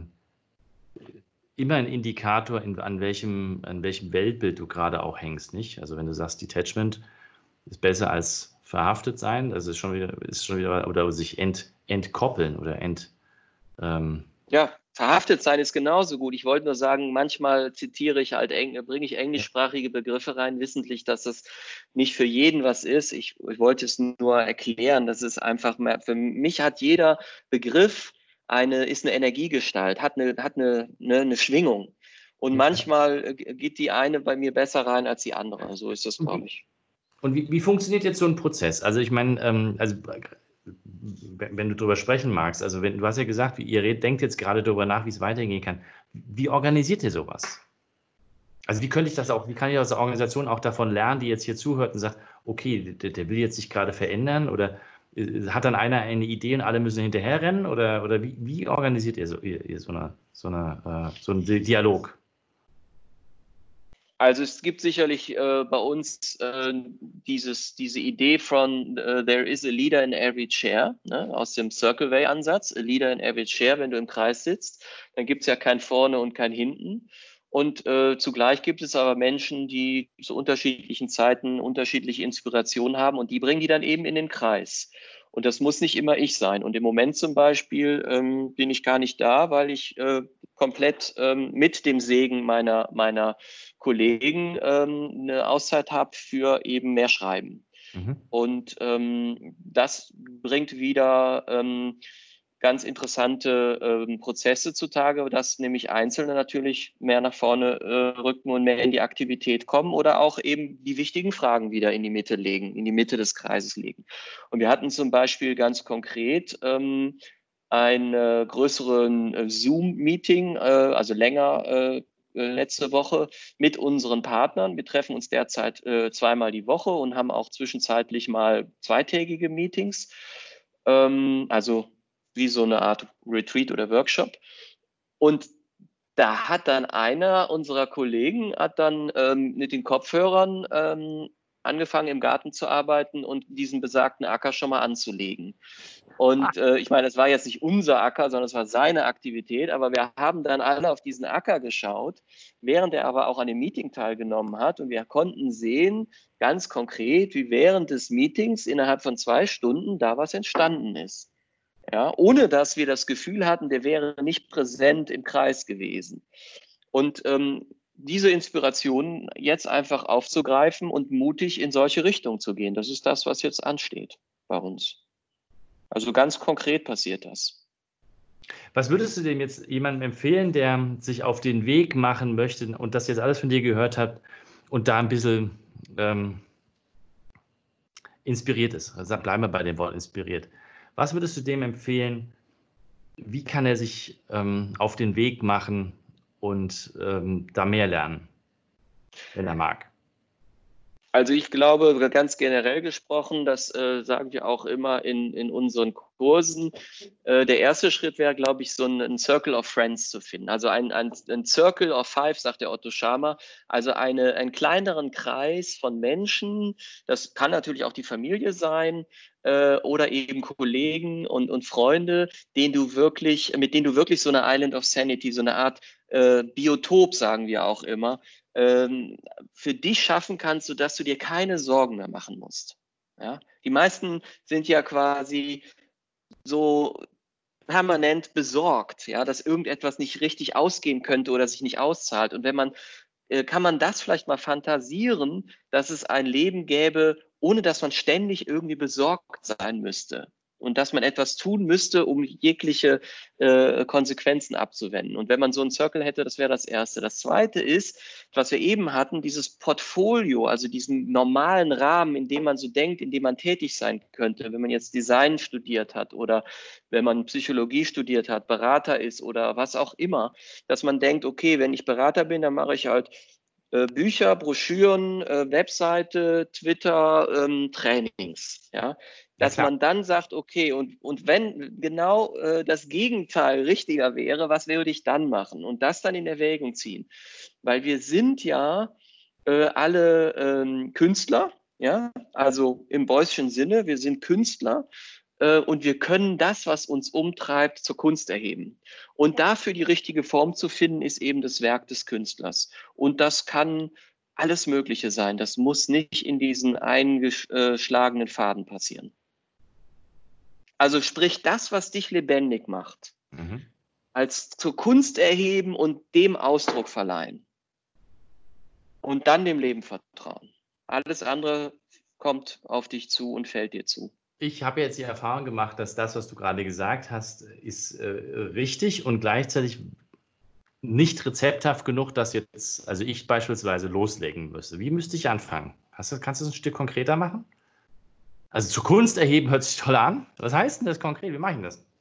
immer ein Indikator, an welchem Weltbild du gerade auch hängst, nicht? Also wenn du sagst, Detachment ist besser als verhaftet sein, das ist schon wieder, oder sich entkoppeln oder Ja, verhaftet sein ist genauso gut. Ich wollte nur sagen, manchmal zitiere ich halt, bringe ich ja. englischsprachige Begriffe rein, wissentlich, dass das nicht für jeden was ist. Ich wollte es nur erklären, dass es einfach mehr, für mich hat jeder Begriff ist eine Energiegestalt, hat eine Schwingung. Und Ja. manchmal geht die eine bei mir besser rein als die andere. So ist das, Und glaube ich. wie funktioniert jetzt so ein Prozess? Also ich meine, also wenn du darüber sprechen magst, also du hast ja gesagt, denkt jetzt gerade darüber nach, wie es weitergehen kann. Wie organisiert ihr sowas? Also wie kann ich als Organisation auch davon lernen, die jetzt hier zuhört und sagt, okay, der will jetzt sich gerade verändern oder hat dann einer eine Idee und alle müssen hinterherrennen oder wie organisiert ihr so einen Dialog? Also es gibt sicherlich bei uns diese Idee von there is a leader in every chair, ne, aus dem Circle Way Ansatz, a leader in every chair, wenn du im Kreis sitzt, dann gibt es ja kein Vorne und kein Hinten. Und zugleich gibt es aber Menschen, die zu unterschiedlichen Zeiten unterschiedliche Inspirationen haben und die bringen die dann eben in den Kreis. Und das muss nicht immer ich sein. Und im Moment zum Beispiel bin ich gar nicht da, weil ich komplett mit dem Segen meiner Kollegen eine Auszeit habe für eben mehr Schreiben. Mhm. Und das bringt wieder ganz interessante Prozesse zutage, dass nämlich Einzelne natürlich mehr nach vorne rücken und mehr in die Aktivität kommen oder auch eben die wichtigen Fragen wieder in die Mitte legen, in die Mitte des Kreises legen. Und wir hatten zum Beispiel ganz konkret ein größeren Zoom-Meeting, also länger letzte Woche mit unseren Partnern. Wir treffen uns derzeit zweimal die Woche und haben auch zwischenzeitlich mal zweitägige Meetings, also wie so eine Art Retreat oder Workshop. Und da hat dann einer unserer Kollegen hat dann mit den Kopfhörern angefangen im Garten zu arbeiten und diesen besagten Acker schon mal anzulegen. Und ich meine, es war jetzt nicht unser Acker, sondern es war seine Aktivität, aber wir haben dann alle auf diesen Acker geschaut, während er aber auch an dem Meeting teilgenommen hat und wir konnten sehen, ganz konkret, wie während des Meetings innerhalb von 2 Stunden da was entstanden ist. Ja, ohne dass wir das Gefühl hatten, der wäre nicht präsent im Kreis gewesen. Und diese Inspiration jetzt einfach aufzugreifen und mutig in solche Richtungen zu gehen, das ist das, was jetzt ansteht bei uns. Also ganz konkret passiert das. Was würdest du dem jetzt jemandem empfehlen, der sich auf den Weg machen möchte und das jetzt alles von dir gehört hat und da ein bisschen inspiriert ist? Also bleiben wir bei dem Wort inspiriert. Was würdest du dem empfehlen? Wie kann er sich auf den Weg machen und da mehr lernen, wenn er mag? Also ich glaube, ganz generell gesprochen, das sagen wir auch immer in unseren Kursen, der erste Schritt wäre, glaube ich, so ein Circle of Friends zu finden. Also ein Circle of Five, sagt der Otto Scharmer, also einen kleineren Kreis von Menschen, das kann natürlich auch die Familie sein oder eben Kollegen und Freunde, mit denen du wirklich so eine Island of Sanity, so eine Art Biotop, sagen wir auch immer, für dich schaffen kannst, sodass du dir keine Sorgen mehr machen musst. Ja? Die meisten sind ja quasi so permanent besorgt, ja, dass irgendetwas nicht richtig ausgehen könnte oder sich nicht auszahlt. Und kann man das vielleicht mal fantasieren, dass es ein Leben gäbe, ohne dass man ständig irgendwie besorgt sein müsste. und dass man etwas tun müsste, um jegliche Konsequenzen abzuwenden. Und wenn man so einen Circle hätte, das wäre das Erste. Das Zweite ist, was wir eben hatten, dieses Portfolio, also diesen normalen Rahmen, in dem man so denkt, in dem man tätig sein könnte, wenn man jetzt Design studiert hat oder wenn man Psychologie studiert hat, Berater ist oder was auch immer, dass man denkt, okay, wenn ich Berater bin, dann mache ich halt Bücher, Broschüren, Webseite, Twitter, Trainings, ja, dass man dann sagt, okay, und wenn genau das Gegenteil richtiger wäre, was würde ich dann machen? Und das dann in Erwägung ziehen. Weil wir sind ja alle Künstler, ja, also im Beuysschen Sinne, wir sind Künstler und wir können das, was uns umtreibt, zur Kunst erheben. Und dafür die richtige Form zu finden, ist eben das Werk des Künstlers. Und das kann alles Mögliche sein. Das muss nicht in diesen eingeschlagenen Faden passieren. Also sprich das, was dich lebendig macht, als zur Kunst erheben und dem Ausdruck verleihen. Und dann dem Leben vertrauen. Alles andere kommt auf dich zu und fällt dir zu. Ich habe jetzt die Erfahrung gemacht, dass das, was du gerade gesagt hast, ist richtig und gleichzeitig nicht rezepthaft genug, dass jetzt, also ich beispielsweise loslegen müsste. Wie müsste ich anfangen? Kannst du das ein Stück konkreter machen? Also zur Kunst erheben hört sich toll an. Was heißt denn das konkret? Wie mache ich denn das?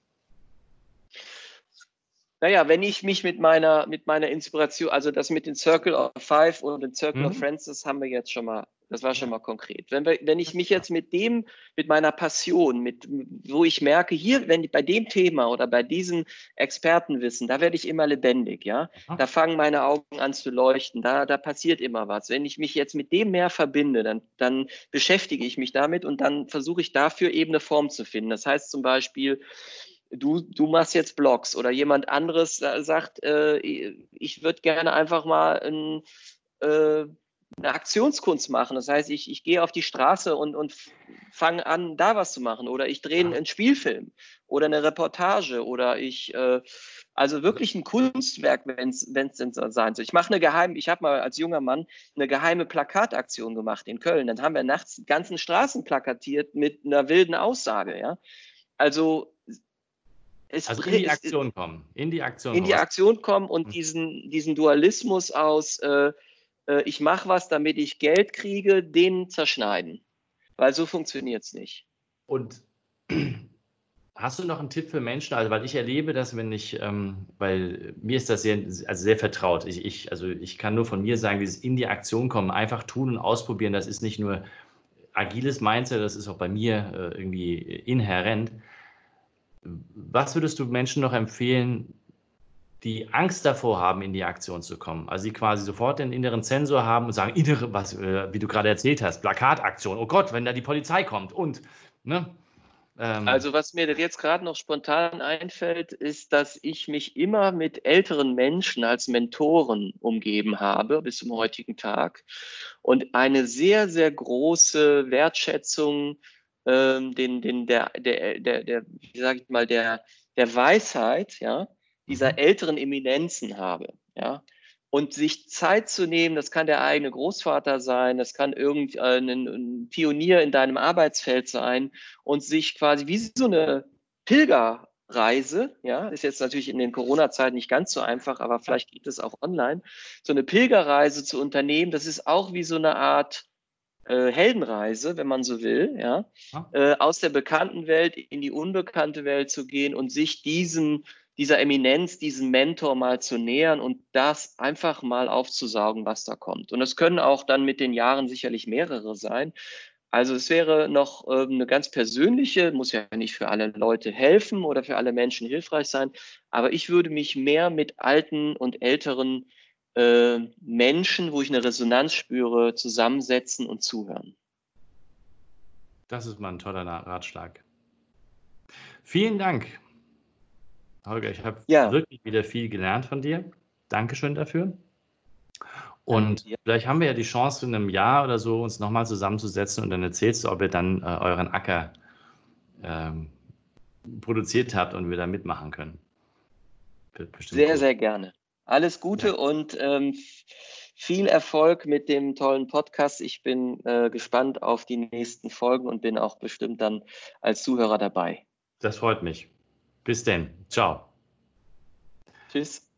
Naja, wenn ich mich mit meiner Inspiration, also das mit den Circle of Five und den Circle of Friends, das haben wir jetzt schon mal, das war schon mal konkret. Wenn ich mich jetzt mit meiner Passion, wo ich merke, hier, bei dem Thema oder bei diesem Expertenwissen, da werde ich immer lebendig, ja. Da fangen meine Augen an zu leuchten, da passiert immer was. Wenn ich mich jetzt mit dem mehr verbinde, dann beschäftige ich mich damit und dann versuche ich dafür eben eine Form zu finden. Das heißt zum Beispiel, du machst jetzt Blogs oder jemand anderes sagt, ich würde gerne einfach mal eine Aktionskunst machen. Das heißt, ich gehe auf die Straße und fange an, da was zu machen. Oder ich drehe einen Spielfilm oder eine Reportage oder also wirklich ein Kunstwerk, wenn es denn sein soll. Ich habe mal als junger Mann eine geheime Plakataktion gemacht in Köln. Dann haben wir nachts die ganzen Straßen plakatiert mit einer wilden Aussage, ja. Also in die Aktion kommen. In die Aktion kommen und diesen Dualismus aus ich mache was, damit ich Geld kriege, den zerschneiden. Weil so funktioniert es nicht. Und hast du noch einen Tipp für Menschen? Also, weil ich erlebe das, weil mir ist das sehr vertraut. Also ich kann nur von mir sagen, dieses in die Aktion kommen, einfach tun und ausprobieren, das ist nicht nur agiles Mindset, das ist auch bei mir irgendwie inhärent. Was würdest du Menschen noch empfehlen, die Angst davor haben, in die Aktion zu kommen? Also die quasi sofort den inneren Zensor haben und sagen, wie du gerade erzählt hast, Plakataktion, oh Gott, wenn da die Polizei kommt ne? Also was mir jetzt gerade noch spontan einfällt, ist, dass ich mich immer mit älteren Menschen als Mentoren umgeben habe bis zum heutigen Tag und eine sehr, sehr große Wertschätzung wie sage ich mal, der Weisheit, ja, dieser älteren Eminenzen habe, ja. Und sich Zeit zu nehmen, das kann der eigene Großvater sein, das kann ein Pionier in deinem Arbeitsfeld sein und sich quasi wie so eine Pilgerreise, ja, ist jetzt natürlich in den Corona-Zeiten nicht ganz so einfach, aber vielleicht geht es auch online, so eine Pilgerreise zu unternehmen, das ist auch wie so eine Art Heldenreise, wenn man so will, ja, aus der bekannten Welt in die unbekannte Welt zu gehen und sich dieser Eminenz, diesem Mentor mal zu nähern und das einfach mal aufzusaugen, was da kommt. Und das können auch dann mit den Jahren sicherlich mehrere sein. Also es wäre noch eine ganz persönliche, muss ja nicht für alle Leute helfen oder für alle Menschen hilfreich sein, aber ich würde mich mehr mit alten und älteren Menschen, wo ich eine Resonanz spüre, zusammensetzen und zuhören. Das ist mal ein toller Ratschlag. Vielen Dank, Holger. Ich habe wirklich wieder viel gelernt von dir. Dankeschön dafür. Und vielleicht haben wir ja die Chance, in einem Jahr oder so uns nochmal zusammenzusetzen und dann erzählst du, ob ihr dann euren Acker produziert habt und wir da mitmachen können. Sehr, sehr gerne. Alles Gute und viel Erfolg mit dem tollen Podcast. Ich bin gespannt auf die nächsten Folgen und bin auch bestimmt dann als Zuhörer dabei. Das freut mich. Bis denn. Ciao. Tschüss.